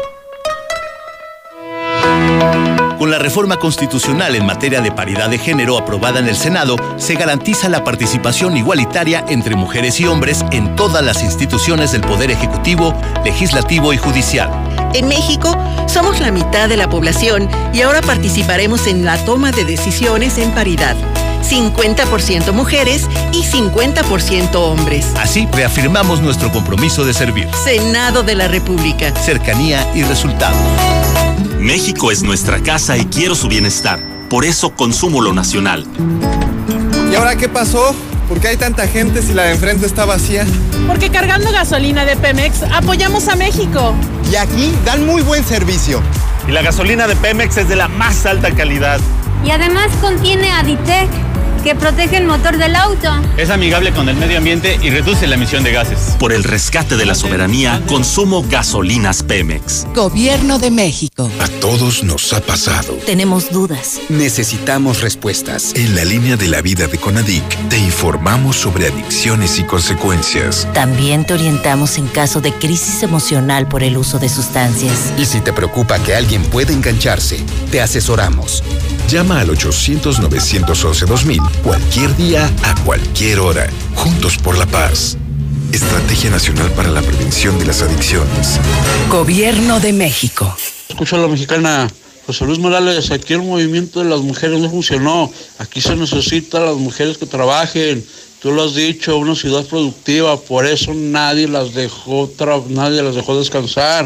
Con la reforma constitucional en materia de paridad de género aprobada en el Senado, se garantiza la participación igualitaria entre mujeres y hombres en todas las instituciones del Poder Ejecutivo, Legislativo y Judicial. En México, somos la mitad de la población y ahora participaremos en la toma de decisiones en paridad. 50% mujeres y 50% hombres. Así reafirmamos nuestro compromiso de servir. Senado de la República. Cercanía y resultados. México es nuestra casa y quiero su bienestar. Por eso consumo lo nacional. ¿Y ahora qué pasó? ¿Por qué hay tanta gente si la de enfrente está vacía? Porque cargando gasolina de Pemex apoyamos a México. Y aquí dan muy buen servicio. Y la gasolina de Pemex es de la más alta calidad. Y además contiene Aditec, que protege el motor del auto. Es amigable con el medio ambiente y reduce la emisión de gases. Por el rescate de la soberanía, consumo gasolinas Pemex. Gobierno de México. A todos nos ha pasado. Tenemos dudas. Necesitamos respuestas. En la línea de la vida de CONADIC te informamos sobre adicciones y consecuencias. También te orientamos en caso de crisis emocional por el uso de sustancias. Y si te preocupa que alguien pueda engancharse, te asesoramos. Llama al 800-911-2000 cualquier día, a cualquier hora. Juntos por la paz. Estrategia Nacional para la Prevención de las Adicciones. Gobierno de México. Escucha a la mexicana José Luis Morales, aquí el movimiento de las mujeres no funcionó. Aquí se necesita a las mujeres que trabajen. Tú lo has dicho, una ciudad productiva, por eso nadie las dejó descansar.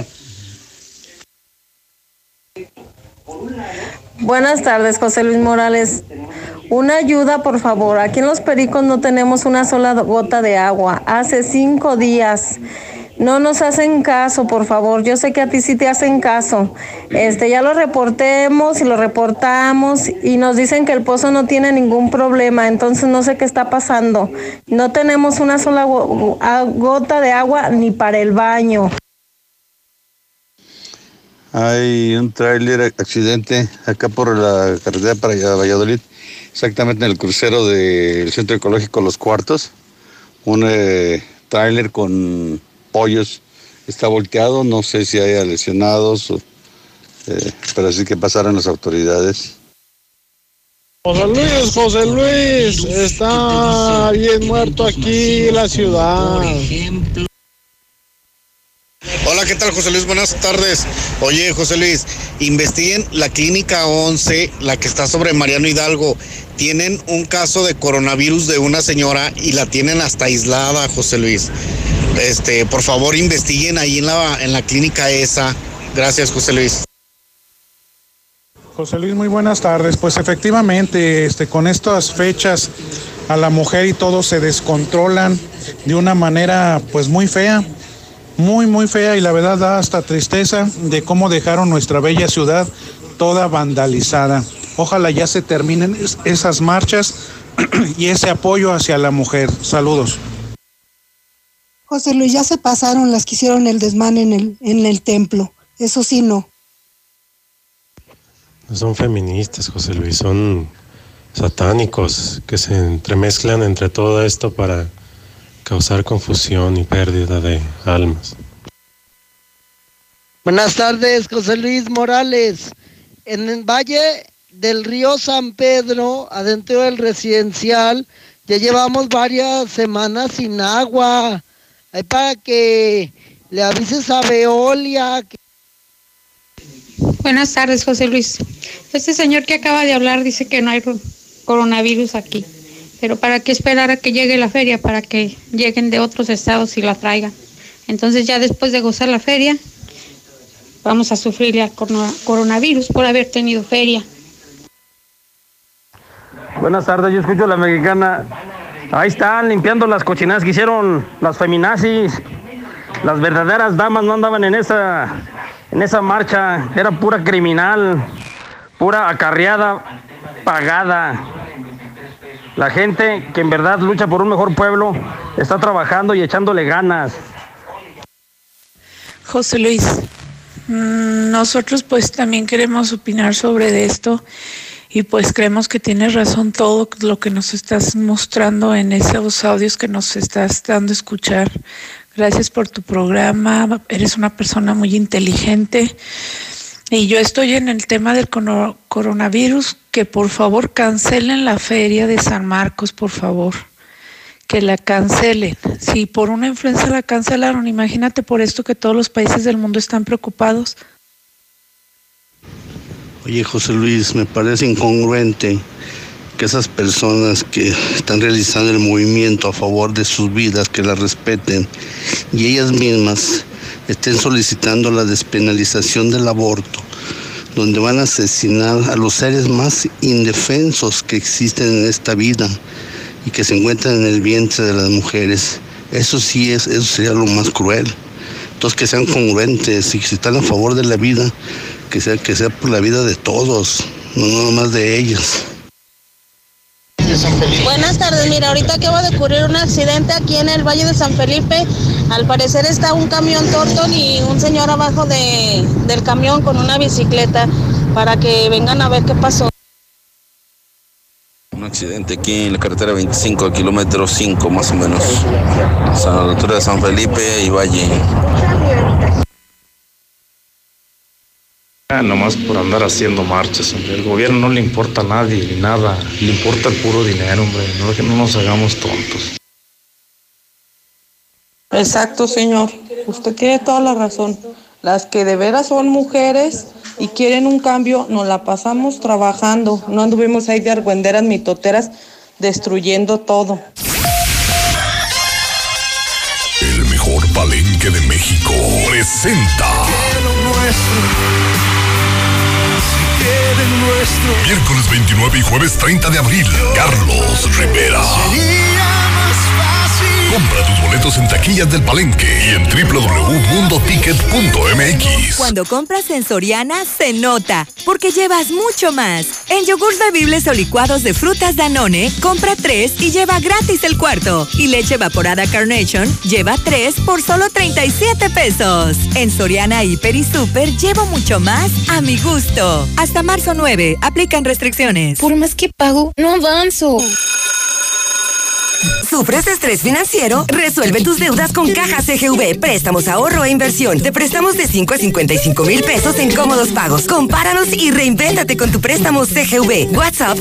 Buenas tardes, José Luis Morales. Una ayuda, por favor. Aquí en Los Pericos no tenemos una sola gota de agua. Hace 5 días. No nos hacen caso, por favor. Yo sé que a ti sí te hacen caso. Ya lo reportemos y lo reportamos y nos dicen que el pozo no tiene ningún problema. Entonces no sé qué está pasando. No tenemos una sola gota de agua ni para el baño. Hay un tráiler accidente acá por la carretera para Valladolid, exactamente en el crucero del Centro Ecológico Los Cuartos. Un tráiler con pollos está volteado, no sé si haya lesionados, pero sí que pasaron las autoridades. José Luis, está bien muerto aquí la ciudad. Hola, ¿qué tal, José Luis? Buenas tardes. Oye, José Luis, investiguen la Clínica 11, la que está sobre Mariano Hidalgo. Tienen un caso de coronavirus de una señora y la tienen hasta aislada, José Luis. Por favor, investiguen ahí en la clínica esa. Gracias, José Luis. José Luis, muy buenas tardes. Pues efectivamente, con estas fechas a la mujer y todo se descontrolan de una manera pues muy fea. Muy fea, y la verdad da hasta tristeza de cómo dejaron nuestra bella ciudad toda vandalizada. Ojalá ya se terminen esas marchas y ese apoyo hacia la mujer. Saludos. José Luis, ya se pasaron las que hicieron el desmán en el templo. Eso sí, no. No son feministas, José Luis, son satánicos que se entremezclan entre todo esto para causar confusión y pérdida de almas. Buenas tardes, José Luis Morales. En el Valle del Río San Pedro, adentro del residencial, ya llevamos varias semanas sin agua. Ahí para que le avises a Veolia. Buenas tardes, José Luis. Este señor que acaba de hablar dice que no hay coronavirus aquí. Pero ¿para qué esperar a que llegue la feria? Para que lleguen de otros estados y la traigan. Entonces ya después de gozar la feria, vamos a sufrir el coronavirus por haber tenido feria. Buenas tardes, yo escucho a la mexicana. Ahí están limpiando las cochinadas que hicieron las feminazis. Las verdaderas damas no andaban en esa marcha. Era pura criminal, pura acarreada, pagada. La gente que en verdad lucha por un mejor pueblo está trabajando y echándole ganas. José Luis, nosotros pues también queremos opinar sobre esto y pues creemos que tienes razón todo lo que nos estás mostrando en esos audios que nos estás dando a escuchar. Gracias por tu programa, eres una persona muy inteligente. Y yo estoy en el tema del coronavirus, que por favor cancelen la feria de San Marcos, por favor. que la cancelen. Si por una influenza la cancelaron, imagínate por esto que todos los países del mundo están preocupados. Oye, José Luis, me parece incongruente que esas personas que están realizando el movimiento a favor de sus vidas, que las respeten, y ellas mismas estén solicitando la despenalización del aborto, donde van a asesinar a los seres más indefensos que existen en esta vida y que se encuentran en el vientre de las mujeres. Eso sería lo más cruel. Entonces, que sean congruentes, y si están a favor de la vida, que sea por la vida de todos, no nomás de ellas. Buenas tardes, mira, ahorita acaba de ocurrir un accidente aquí en el Valle de San Felipe. Al parecer está un camión Torton y un señor abajo del camión con una bicicleta, para que vengan a ver qué pasó. Un accidente aquí en la carretera 25, kilómetro 5 más o menos, a la altura de San Felipe y Valle. Nomás por andar haciendo marchas, hombre. El gobierno no le importa a nadie ni nada, le importa el puro dinero, hombre. No, que no nos hagamos tontos. Exacto, señor. Usted tiene toda la razón. Las que de veras son mujeres y quieren un cambio, nos la pasamos trabajando. No anduvimos ahí de argüenderas mitoteras destruyendo todo. El mejor palenque de México presenta miércoles 29 y jueves 30 de abril, Carlos Rivera. Compra tus boletos en taquillas del Palenque y en www.mundoticket.mx. Cuando compras en Soriana, se nota, porque llevas mucho más. En yogurts bebibles o licuados de frutas Danone, compra 3 y lleva gratis el cuarto. Y leche evaporada Carnation, lleva 3 por solo 37 pesos. En Soriana, Hiper y Super, llevo mucho más a mi gusto. Hasta marzo 9, aplican restricciones. Por más que pago, no avanzo. ¿Sufres de estrés financiero? Resuelve tus deudas con Caja CGV. Préstamos, ahorro e inversión. Te prestamos de 5 a 55 mil pesos en cómodos pagos. Compáranos y reinvéntate con tu préstamo CGV. WhatsApp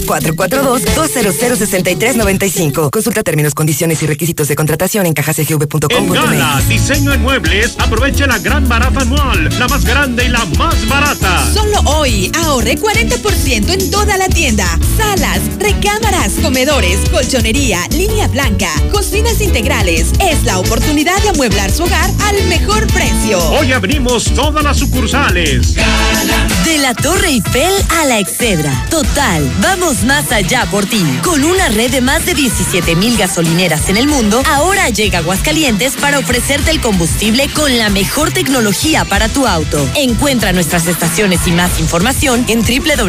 442-200-6395. Consulta términos, condiciones y requisitos de contratación en cajacgv.com.mx. En Gala, diseño en muebles, aprovecha la gran barata anual, la más grande y la más barata. Solo hoy, ahorre 40% en toda la tienda. Salas, recámaras, comedores, colchonería, línea blanca, cocinas integrales. Es la oportunidad de amueblar su hogar al mejor precio. Hoy abrimos todas las sucursales. De la Torre Eiffel a la Excedra. Total, vamos más allá por ti. Con una red de más de 17,000 gasolineras en el mundo, ahora llega Aguascalientes para ofrecerte el combustible con la mejor tecnología para tu auto. Encuentra nuestras estaciones y más información en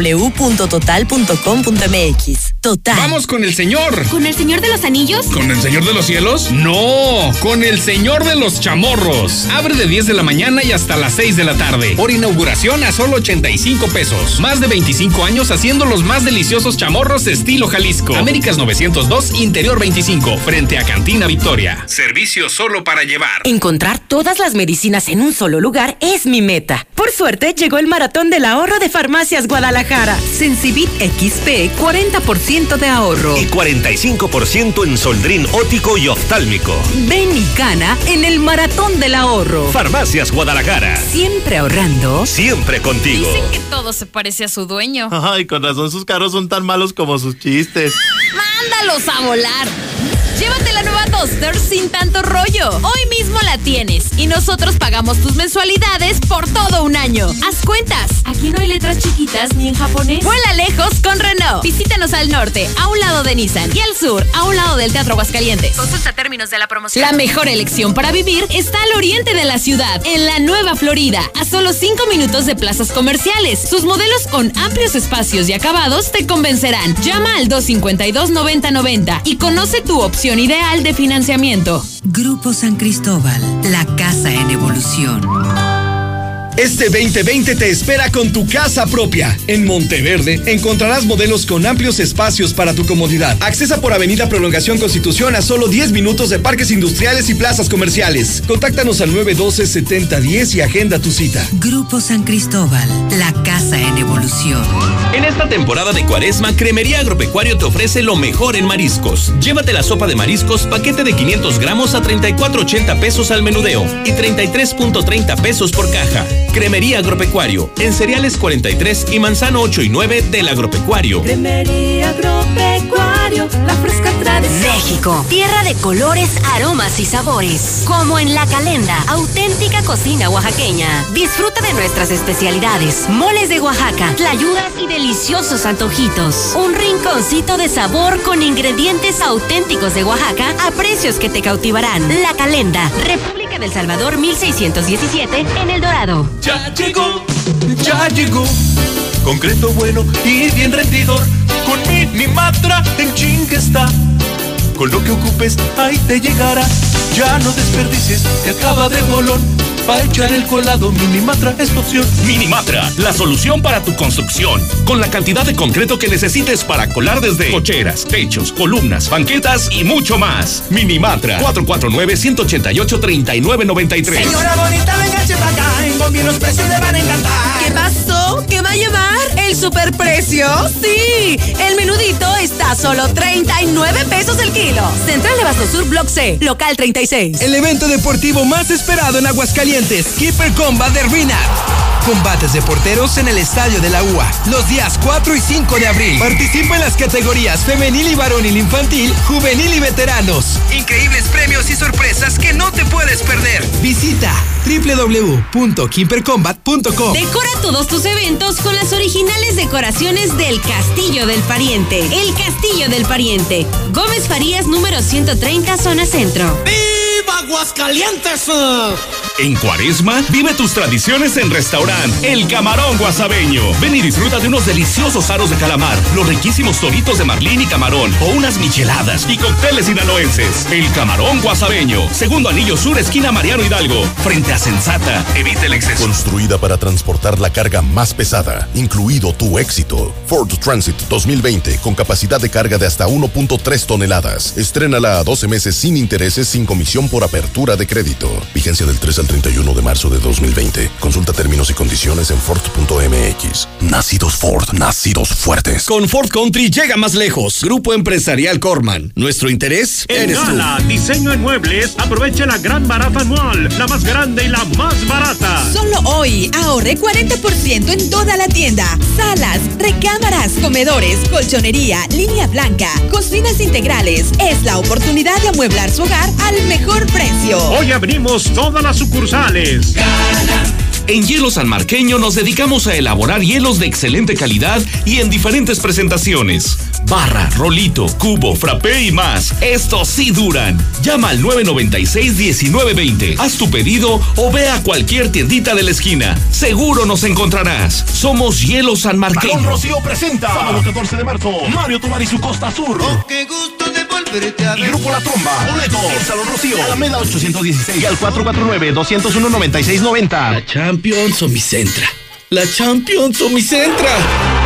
www.total.com.mx. Total. ¡Vamos con el señor! ¿Con el señor de los anillos? ¿Con el señor de los cielos? ¡No! ¡Con el señor de los chamorros! Abre de 10 de la mañana y hasta las 6 de la tarde. Por inauguración a solo 85 pesos. Más de 25 años haciendo los más deliciosos chamorros estilo Jalisco. Américas 902, Interior 25, frente a Cantina Victoria. Servicio solo para llevar. Encontrar todas las medicinas en un solo lugar es mi meta. Por suerte, llegó el maratón del ahorro de Farmacias Guadalajara. Sensibit XP, 40% de ahorro. Y 45% en Soldrin óptico y oftálmico. Ven y gana en el maratón del ahorro. Farmacias Guadalajara. Siempre ahorrando. Siempre contigo. Dicen que todo se parece a su dueño. Ay, con razón sus carros son tan malos como sus chistes. ¡Mándalos a volar! Llévate la nueva Duster sin tanto rollo. Hoy mismo la tienes y nosotros pagamos tus mensualidades por todo un año. Haz cuentas. Aquí no hay letras chiquitas ni en japonés. Vuela lejos con Renault. Visítanos al norte, a un lado de Nissan, y al sur, a un lado del Teatro Aguascalientes. Consulta términos de la promoción. La mejor elección para vivir está al oriente de la ciudad, en la Nueva Florida, a solo 5 minutos de plazas comerciales. Sus modelos con amplios espacios y acabados te convencerán. Llama al 252-9090 y conoce tu opción ideal de financiamiento. Grupo San Cristóbal, la casa en evolución. Este 2020 te espera con tu casa propia. En Monteverde encontrarás modelos con amplios espacios para tu comodidad. Accesa por Avenida Prolongación Constitución a solo 10 minutos de parques industriales y plazas comerciales. Contáctanos al 912-7010 y agenda tu cita. Grupo San Cristóbal, la casa en evolución. En esta temporada de Cuaresma, Cremería Agropecuario te ofrece lo mejor en mariscos. Llévate la sopa de mariscos, paquete de 500 gramos a 34.80 pesos al menudeo y 33.30 pesos por caja. Cremería Agropecuario, en Cereales 43 y Manzano 8 y 9 del Agropecuario. Cremería Agropecuario, la fresca tradición. México, tierra de colores, aromas y sabores. Como en La Calenda, auténtica cocina oaxaqueña. Disfruta de nuestras especialidades, moles de Oaxaca, tlayudas y deliciosos antojitos. Un rinconcito de sabor con ingredientes auténticos de Oaxaca a precios que te cautivarán. La Calenda, República del Salvador 1617 en El Dorado. Ya llegó, concreto bueno y bien rendidor. Con Minimatra en chingue está. Con lo que ocupes, ahí te llegará. Ya no desperdicies, te acaba de bolón. Para echar el colado, Minimatra es tu opción. Minimatra, la solución para tu construcción. Con la cantidad de concreto que necesites para colar desde cocheras, techos, columnas, banquetas y mucho más. Minimatra, 449-188-3993. Señora bonita, véngase para acá. En Gombi los precios le van a encantar. ¿Qué pasó? ¿Qué va a llevar? ¿El superprecio? ¡Sí! El menudito está a solo 39 pesos el kilo. Central de Abasto Sur, Block C, local 36. El evento deportivo más esperado en Aguascalientes, Keeper Combat de RINAT. Combates de porteros en el Estadio de la UA, los días 4 y 5 de abril. Participa en las categorías femenil y varonil infantil, juvenil y veteranos. Increíbles premios y sorpresas que no te puedes perder. Visita www.keepercombat.com. Decora todos tus eventos con las originales decoraciones del Castillo del Pariente. El Castillo del Pariente. Gómez Farías, número 130, zona centro. ¡Viva Aguascalientes! En Cuaresma, vive tus tradiciones en Restaurant El Camarón Guasabeño. Ven y disfruta de unos deliciosos aros de calamar, los riquísimos toritos de marlín y camarón, o unas micheladas y cócteles sinaloenses. El Camarón Guasabeño, segundo anillo sur, esquina Mariano Hidalgo, frente a Sensata. Evita el exceso. Construida para transportar la carga más pesada, incluido tu éxito. Ford Transit 2020, con capacidad de carga de hasta 1.3 toneladas. Estrénala a 12 meses sin intereses, sin comisión por apertura de crédito. Vigencia del 3 al 31 de marzo de 2020. Consulta términos y condiciones en Ford.mx. Nacidos Ford, nacidos fuertes. Con Ford Country llega más lejos. Grupo Empresarial Corman. Nuestro interés En eres Gala, tú. diseño en muebles, aprovecha la gran baraja anual, la más grande y la más barata. Solo hoy ahorre 40% en toda la tienda. Salas, recámaras, comedores, colchonería, línea blanca, cocinas integrales. Es la oportunidad de amueblar su hogar al mejor precio. Hoy abrimos todas las sucursales. En Hielo Sanmarqueño nos dedicamos a elaborar hielos de excelente calidad y en diferentes presentaciones. Barra, rolito, cubo, frappé y más. Estos sí duran. Llama al 996-1920. Haz tu pedido o ve a cualquier tiendita de la esquina. Seguro nos encontrarás. Somos Hielo Sanmarqueño. Balón Rocío presenta sábado 14 de marzo Mario Tomar y su Costa Sur. ¡Qué gusto de volverte a ver! Y Grupo La Tromba. Boletos en Salón Rocío, Alameda 816 y al 449-201-9690. La Champions o mi Centra. La Champions o mi Centra.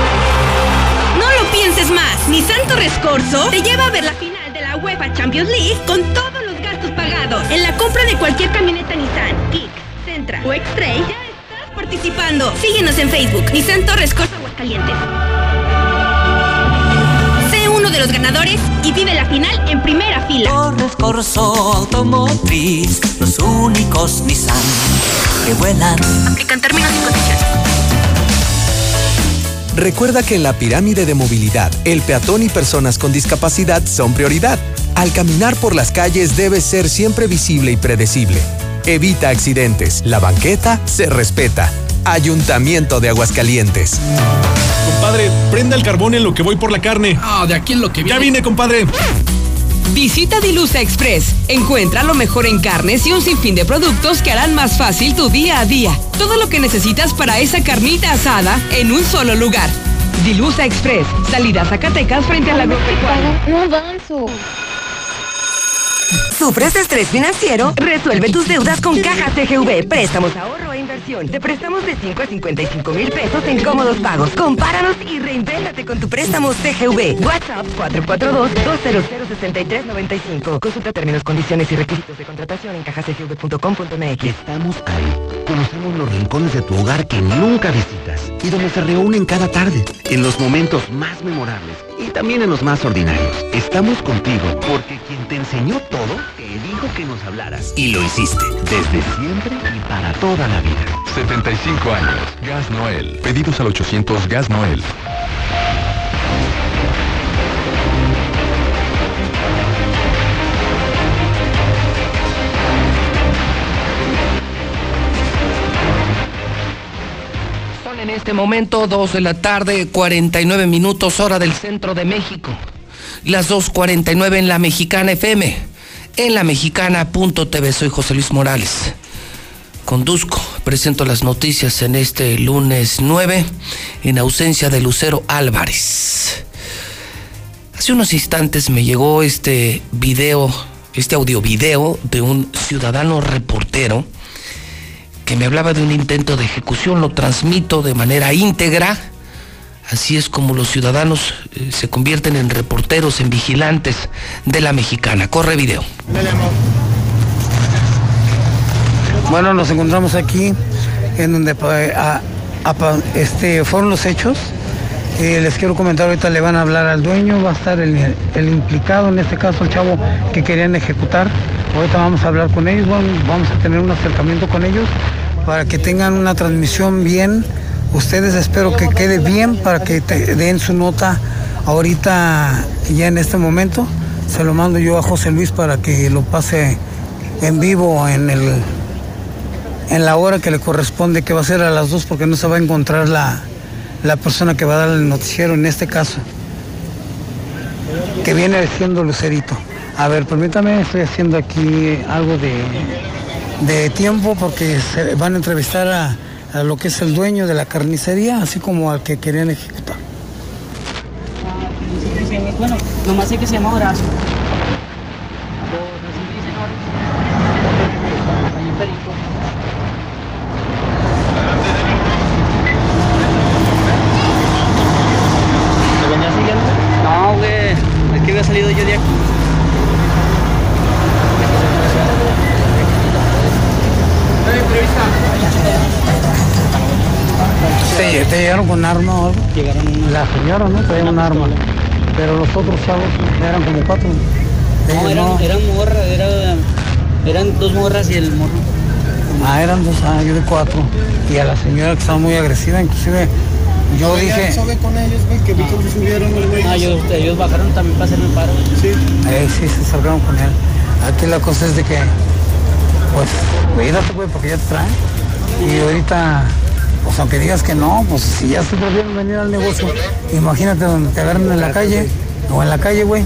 No lo pienses más. Nissan Torres Corso te lleva a ver la final de la UEFA Champions League con todos los gastos pagados. En la compra de cualquier camioneta Nissan, Kick, Sentra o X-Trail, ya estás participando. Síguenos en Facebook, Nissan Torres Corso Aguascalientes. Sé uno de los ganadores y vive la final en primera fila. Torres Corso Automotriz, los únicos Nissan que vuelan. Aplican términos y condiciones. Recuerda que en la pirámide de movilidad, el peatón y personas con discapacidad son prioridad. Al caminar por las calles debe ser siempre visible y predecible. Evita accidentes. La banqueta se respeta. Ayuntamiento de Aguascalientes. Compadre, prenda el carbón en lo que voy por la carne. De aquí en lo que viene. Ya vine, compadre. Visita Dilusa Express. Encuentra lo mejor en carnes y un sinfín de productos que harán más fácil tu día a día. Todo lo que necesitas para esa carnita asada en un solo lugar. Dilusa Express. Salida Zacatecas frente a la agropecuaria. No avanzo. ¿Sufres de estrés financiero? Resuelve tus deudas con Caja CGV. Préstamos, ahorro e inversión. inversión. Te prestamos de 5 a 55 mil pesos en cómodos pagos. Compáranos y reinvéntate con tu préstamo CGV. WhatsApp 442-200-6395. Consulta términos, condiciones y requisitos de contratación en cajacgv.com.mx. Estamos ahí. Conocemos los rincones de tu hogar que nunca visitas y donde se reúnen cada tarde, en los momentos más memorables y también en los más ordinarios. Estamos contigo porque quien te enseñó todo te dijo que nos hablaras y lo hiciste desde siempre y para toda la vida. 75 años. Gas Noel. Pedidos al 800 Gas Noel. En este momento 2 de la tarde, 49 minutos, hora del centro de México. Las 2:49 en La Mexicana FM, en lamexicana.tv. Soy José Luis Morales. Conduzco, presento las noticias en este lunes 9, en ausencia de Lucero Álvarez. Hace unos instantes me llegó este audiovideo de un ciudadano reportero que me hablaba de un intento de ejecución. Lo transmito de manera íntegra. Así es como los ciudadanos se convierten en reporteros, en vigilantes de La Mexicana. Corre video. Bueno, nos encontramos aquí en donde fueron los hechos. Les quiero comentar, ahorita le van a hablar al dueño, va a estar el implicado, en este caso el chavo que querían ejecutar. Ahorita vamos a hablar con ellos, vamos a tener un acercamiento con ellos para que tengan una transmisión bien. Ustedes espero que quede bien para que den su nota ahorita, ya en este momento. Se lo mando yo a José Luis para que lo pase en vivo en la hora que le corresponde, que va a ser a las 2, porque no se va a encontrar la persona que va a dar el noticiero en este caso, que viene siendo Lucerito. A ver, permítame, estoy haciendo aquí algo de tiempo porque se van a entrevistar a lo que es el dueño de la carnicería, así como al que querían ejecutar. Bueno, nomás sé que se llama Horacio. ¿Te venía siguiendo? No, güey, es que había salido yo de aquí. ¿Te llegaron con arma o algo? Llegaron. La señora, ¿no? Traían un arma. Pero los otros chavos eran como 4. No, eran morras, eran 2 morras y el morro. Eran 2, yo de 4. Y a la señora que estaba muy agresiva, inclusive yo dije... ¿Sabe con ellos, güey? Que vi que subieron el güey. Ellos bajaron también para hacerme paro. Sí. Sí, se salgaron con él. Aquí la cosa es de que, pues, cuídate, güey, porque ya te traen. Y ahorita, pues aunque digas que no, pues si ya se prefieren venir al negocio, imagínate donde te agarren en la calle, güey.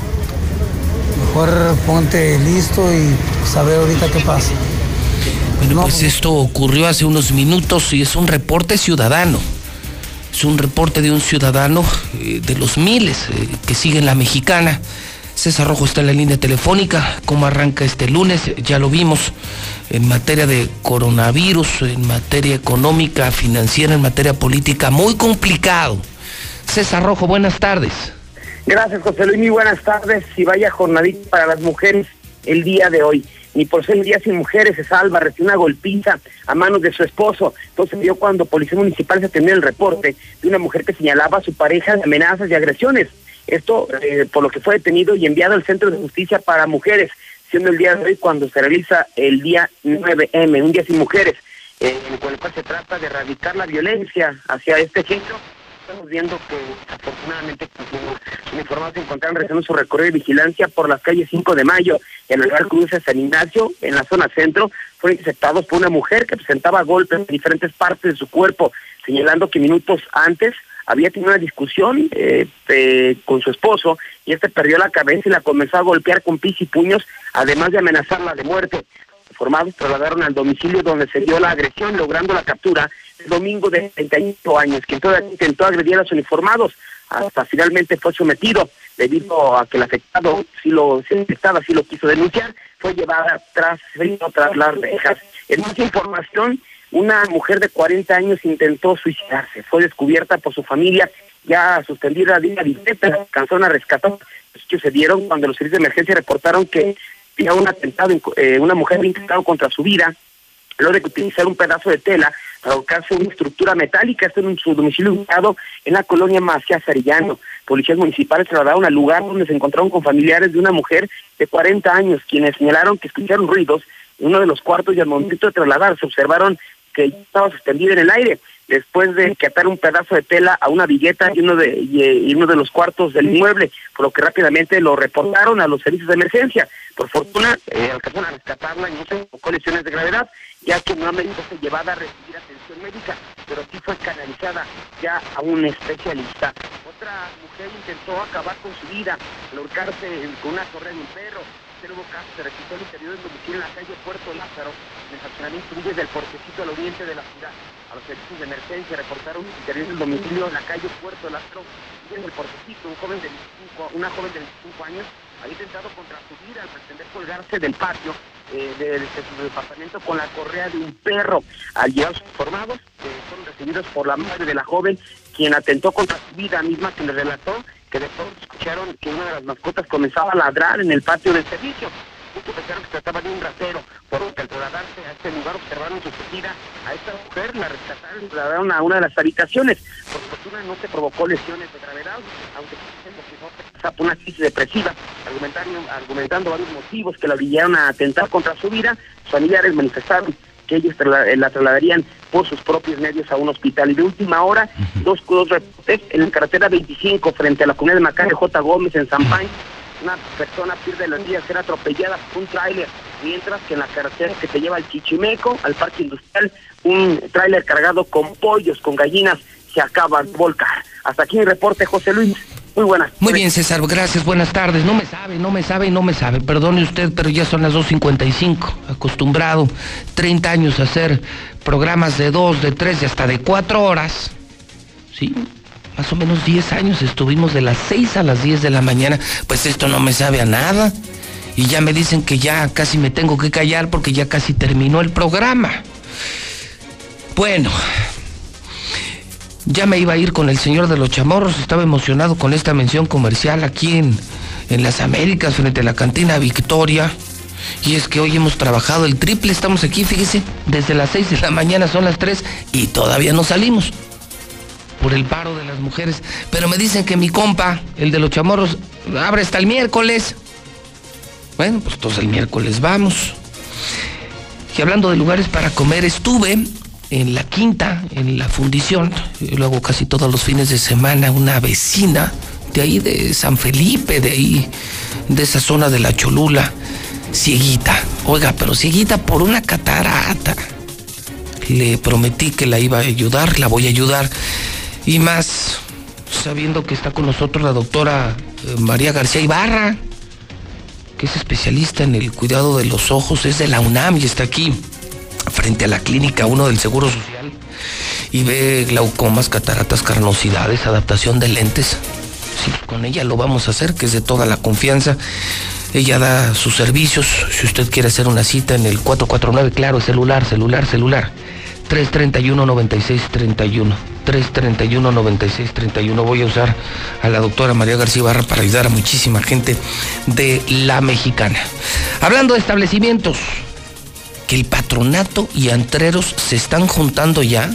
Mejor ponte listo y saber ahorita qué pasa. Bueno, pues esto ocurrió hace unos minutos y es un reporte ciudadano. Es un reporte de un ciudadano de los miles que siguen La Mexicana. César Rojo está en la línea telefónica. ¿Cómo arranca este lunes? Ya lo vimos en materia de coronavirus, en materia económica, financiera, en materia política. Muy complicado. César Rojo, buenas tardes. Gracias, José Luis, muy buenas tardes. Y vaya jornadita para las mujeres el día de hoy. Ni por ser el día sin mujeres se salva, recibió una golpiza a manos de su esposo. Entonces vio cuando Policía Municipal se atendió el reporte de una mujer que señalaba a su pareja de amenazas y agresiones. Esto por lo que fue detenido y enviado al Centro de Justicia para Mujeres, siendo el día de hoy cuando se realiza el día 9M, un día sin mujeres, con el cual se trata de erradicar la violencia hacia este género. Estamos viendo que afortunadamente los uniformados se encontraron realizando su recorrido de vigilancia por las calles 5 de Mayo, en el lugar cruce San Ignacio, en la zona centro. Fueron interceptados por una mujer que presentaba golpes en diferentes partes de su cuerpo, señalando que minutos antes había tenido una discusión con su esposo y este perdió la cabeza y la comenzó a golpear con pis y puños, además de amenazarla de muerte. Informados trasladaron al domicilio donde se dio la agresión, logrando la captura el domingo de 38 años, quien todavía intentó agredir a los uniformados, hasta finalmente fue sometido, debido a que el afectado, si lo quiso denunciar, fue llevada tras las rejas. En más información, Una mujer de 40 años intentó suicidarse. Fue descubierta por su familia, ya suspendida de una visita, alcanzaron a rescatar. Los hechos se dieron cuando los servicios de emergencia reportaron que había un atentado, una mujer había intentado contra su vida, luego de utilizar un pedazo de tela para colocarse una estructura metálica. Esto en su domicilio ubicado en la colonia Macías Arellano. Policías municipales trasladaron al lugar donde se encontraron con familiares de una mujer de 40 años, quienes señalaron que escucharon ruidos en uno de los cuartos y al momento de trasladarse observaron que estaba suspendida en el aire, después de que atar un pedazo de tela a una vigueta y uno de los cuartos del inmueble, por lo que rápidamente lo reportaron a los servicios de emergencia. Por fortuna, alcanzaron a rescatarla y no se provocó lesiones de gravedad, ya que nuevamente fue llevada a recibir atención médica, pero sí fue canalizada ya a un especialista. Otra mujer intentó acabar con su vida, al ahorcarse con una correa de un perro. Hubo caso se registró el interior del domicilio en la calle Puerto Lázaro, en el fraccionamiento Villas del Portecito al oriente de la ciudad. A los servicios de emergencia reportaron el interior del domicilio en la calle Puerto Lázaro, Villas del Portecito. Una joven de 25 años había intentado contra su vida al pretender colgarse del patio de su departamento con la correa de un perro. Al llegar sus informados, fueron recibidos por la madre de la joven, quien atentó contra su vida, misma que le relató que después escucharon que una de las mascotas comenzaba a ladrar en el patio del servicio. Muchos pensaron que se trataba de un ratero, por lo que al trasladarse a este lugar observaron suspendida a esta mujer, la rescataron y trasladaron a una de las habitaciones. Por fortuna no se provocó lesiones de gravedad, aunque dicen que no se pasaba por una crisis depresiva, argumentando varios motivos que la obligaron a atentar contra su vida. Sus familiares manifestaron que ellos la trasladarían por sus propios medios a un hospital. Y de última hora, dos reportes en la carretera 25 frente a la comunidad de Macario J. Gómez en San Juan. Una persona pierde los días, ser atropellada por un tráiler, mientras que en la carretera que te lleva al Chichimeco, al parque industrial, un tráiler cargado con pollos, con gallinas, se acaba de volcar. Hasta aquí mi reporte, José Luis. Muy buenas. Muy bien, César, gracias, buenas tardes. No me sabe. Perdone usted, pero ya son las 2:55. Acostumbrado 30 años a hacer programas de 2, de 3 y hasta de 4 horas. Sí, más o menos 10 años estuvimos de las 6 a las 10 de la mañana. Pues esto no me sabe a nada. Y ya me dicen que ya casi me tengo que callar porque ya casi terminó el programa. Bueno, ya me iba a ir con el señor de los chamorros, estaba emocionado con esta mención comercial aquí en las Américas, frente a la cantina Victoria. Y es que hoy hemos trabajado el triple, estamos aquí, fíjese, desde las 6 de la mañana, son las 3 y todavía no salimos por el paro de las mujeres. Pero me dicen que mi compa, el de los chamorros, abre hasta el miércoles. Bueno, pues entonces el miércoles vamos. Y hablando de lugares para comer, estuve en la Quinta, en la Fundición, luego casi todos los fines de semana, una vecina de ahí de San Felipe, de ahí, de esa zona de la Cholula, cieguita, oiga, pero cieguita por una catarata. Le prometí que la iba a ayudar, la voy a ayudar, y más sabiendo que está con nosotros la doctora María García Ibarra, que es especialista en el cuidado de los ojos, es de la UNAM y está aquí frente a la Clínica 1 del Seguro Social y ve glaucomas, cataratas, carnosidades, adaptación de lentes. Sí, con ella lo vamos a hacer, que es de toda la confianza. Ella da sus servicios, si usted quiere hacer una cita en el 449, claro, celular, 331-9631, 331-9631. Voy a usar a la doctora María García Ibarra para ayudar a muchísima gente de La Mexicana. Hablando de establecimientos, que el patronato y antreros se están juntando ya,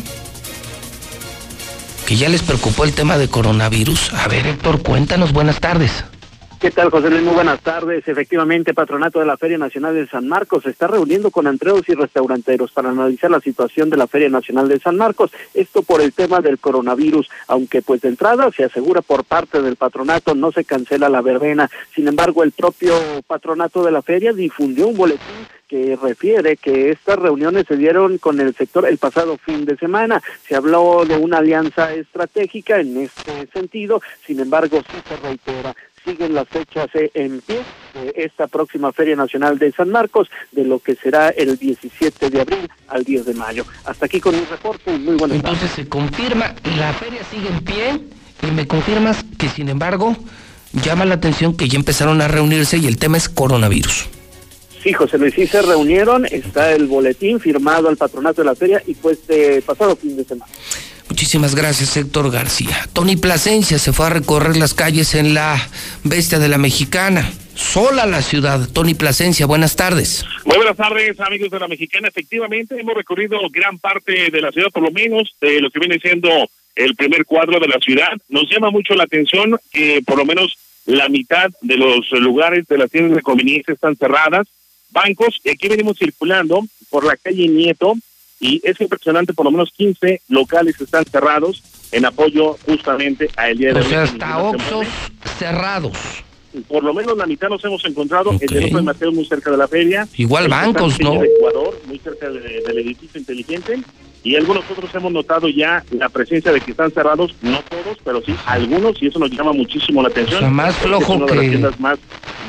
que ya les preocupó el tema de coronavirus. A ver, Héctor, cuéntanos, buenas tardes. ¿Qué tal, José Luis? Muy buenas tardes. Efectivamente, Patronato de la Feria Nacional de San Marcos se está reuniendo con antreros y restauranteros para analizar la situación de la Feria Nacional de San Marcos. Esto por el tema del coronavirus, aunque pues de entrada se asegura por parte del patronato no se cancela la verbena. Sin embargo, el propio patronato de la feria difundió un boletín que refiere que estas reuniones se dieron con el sector el pasado fin de semana. Se habló de una alianza estratégica en este sentido, sin embargo, sí se reitera. Siguen las fechas en pie de esta próxima Feria Nacional de San Marcos, de lo que será el 17 de abril al 10 de mayo. Hasta aquí con mi reporte. Muy buenas tardes. Entonces se confirma, la feria sigue en pie, y me confirmas que, sin embargo, llama la atención que ya empezaron a reunirse y el tema es coronavirus. Sí, José Luis, sí se reunieron, está el boletín firmado al patronato de la feria y pues pasado fin de semana. Muchísimas gracias, Héctor García. Tony Plasencia se fue a recorrer las calles en la Bestia de la Mexicana. Sola la ciudad. Tony Plasencia, buenas tardes. Muy buenas tardes, amigos de la Mexicana. Efectivamente, hemos recorrido gran parte de la ciudad, por lo menos de lo que viene siendo el primer cuadro de la ciudad. Nos llama mucho la atención que por lo menos la mitad de los lugares de las tiendas de conveniencia están cerradas, bancos, y aquí venimos circulando por la calle Nieto, y es impresionante, por lo menos 15 locales están cerrados en apoyo justamente a el día de hoy. O sea, hasta Oxxos cerrados. Por lo menos la mitad nos hemos encontrado en el López Mateos, muy cerca de la feria. Igual bancos, ¿no? De Ecuador, muy cerca del edificio inteligente. Y algunos otros hemos notado ya la presencia de que están cerrados, no todos, pero sí algunos, y eso nos llama muchísimo la atención. O sea, más flojo es una que... de las tiendas más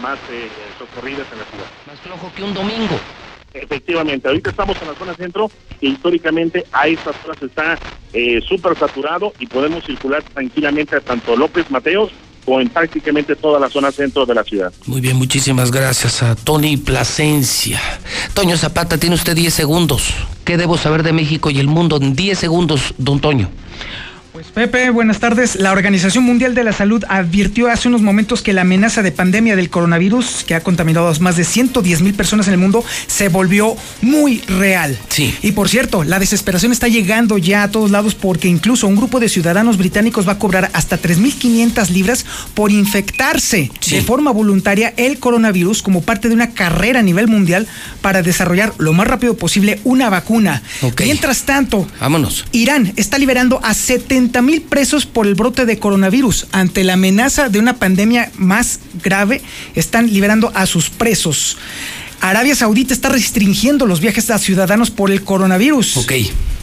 socorridas en la ciudad. Más flojo que un domingo. Efectivamente, ahorita estamos en la zona centro, que históricamente a estas horas está súper saturado y podemos circular tranquilamente a tanto López Mateos o en prácticamente toda la zona centro de la ciudad. Muy bien, muchísimas gracias a Tony Plasencia. Toño Zapata, tiene usted 10 segundos. ¿Qué debo saber de México y el mundo en 10 segundos, don Toño? Pues Pepe, buenas tardes. La Organización Mundial de la Salud advirtió hace unos momentos que la amenaza de pandemia del coronavirus, que ha contaminado a más de 110,000 personas en el mundo, se volvió muy real. Sí. Y por cierto, la desesperación está llegando ya a todos lados porque incluso un grupo de ciudadanos británicos va a cobrar hasta 3,500 libras por infectarse de forma voluntaria el coronavirus como parte de una carrera a nivel mundial para desarrollar lo más rápido posible una vacuna. Okay. Mientras tanto, vámonos. Irán está liberando a 70,000 presos por el brote de coronavirus. Ante la amenaza de una pandemia más grave, están liberando a sus presos. Arabia Saudita está restringiendo los viajes a ciudadanos por el coronavirus. Ok.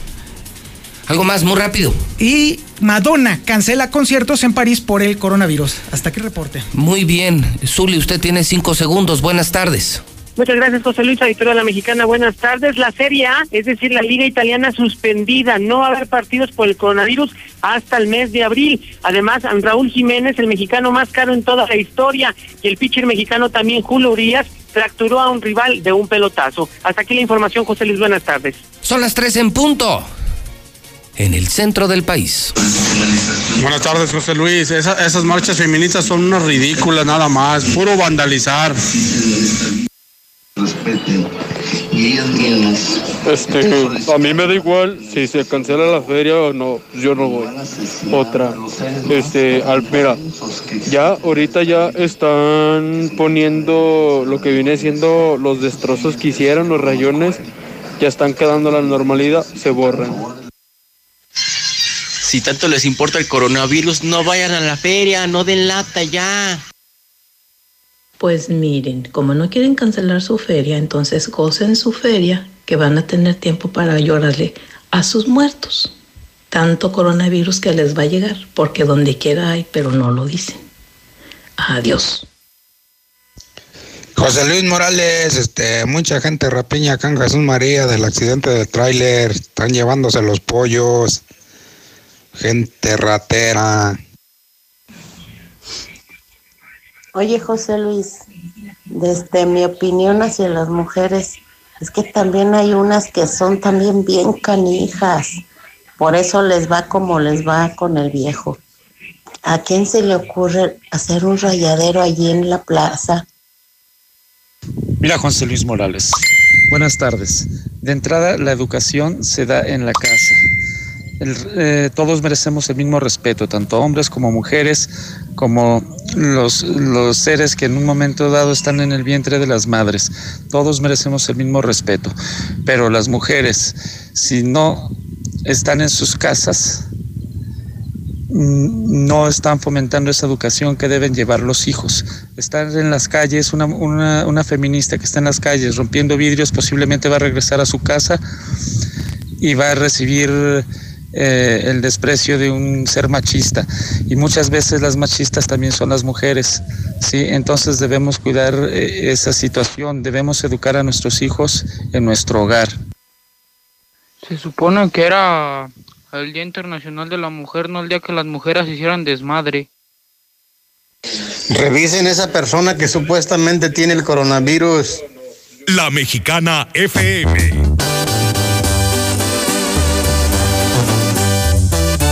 Algo más, muy rápido. Y Madonna cancela conciertos en París por el coronavirus. Hasta aquí el reporte. Muy bien. Zuli, usted tiene 5 segundos. Buenas tardes. Muchas gracias, José Luis, auditorio de la Mexicana. Buenas tardes. La Serie A, es decir, la Liga Italiana suspendida. No va a haber partidos por el coronavirus hasta el mes de abril. Además, Raúl Jiménez, el mexicano más caro en toda la historia, y el pitcher mexicano también, Julio Urias, fracturó a un rival de un pelotazo. Hasta aquí la información, José Luis. Buenas tardes. Son las 3 en punto. En el centro del país. Buenas tardes, José Luis. Esas marchas feministas son unas ridículas nada más. Puro vandalizar. Respeten y ellas mismas. A mí me da igual si se cancela la feria o no, yo no voy. Otra, mira, ya ahorita ya están poniendo lo que viene siendo los destrozos que hicieron, los rayones, ya están quedando la normalidad, se borran. Si tanto les importa el coronavirus, no vayan a la feria, no den lata ya. Pues miren, como no quieren cancelar su feria, entonces gocen su feria, que van a tener tiempo para llorarle a sus muertos. Tanto coronavirus que les va a llegar, porque donde quiera hay, pero no lo dicen. Adiós. José Luis Morales, mucha gente rapiña acá en Jesús María del accidente del tráiler, están llevándose los pollos, gente ratera. Oye, José Luis, desde mi opinión hacia las mujeres, es que también hay unas que son también bien canijas. Por eso les va como les va con el viejo. ¿A quién se le ocurre hacer un rayadero allí en la plaza? Mira, José Luis Morales, buenas tardes. De entrada, la educación se da en la casa. Todos merecemos el mismo respeto, tanto hombres como mujeres, como los seres que en un momento dado están en el vientre de las madres. Todos merecemos el mismo respeto, pero las mujeres, si no están en sus casas, no están fomentando esa educación que deben llevar los hijos. Estar en las calles, una feminista que está en las calles rompiendo vidrios, posiblemente va a regresar a su casa y va a recibir el desprecio de un ser machista, y muchas veces las machistas también son las mujeres, ¿sí? Entonces debemos cuidar esa situación, debemos educar a nuestros hijos en nuestro hogar. Se supone que era el Día Internacional de la Mujer, no el día que las mujeres hicieran desmadre. Revisen esa persona que supuestamente tiene el coronavirus, La Mexicana FM.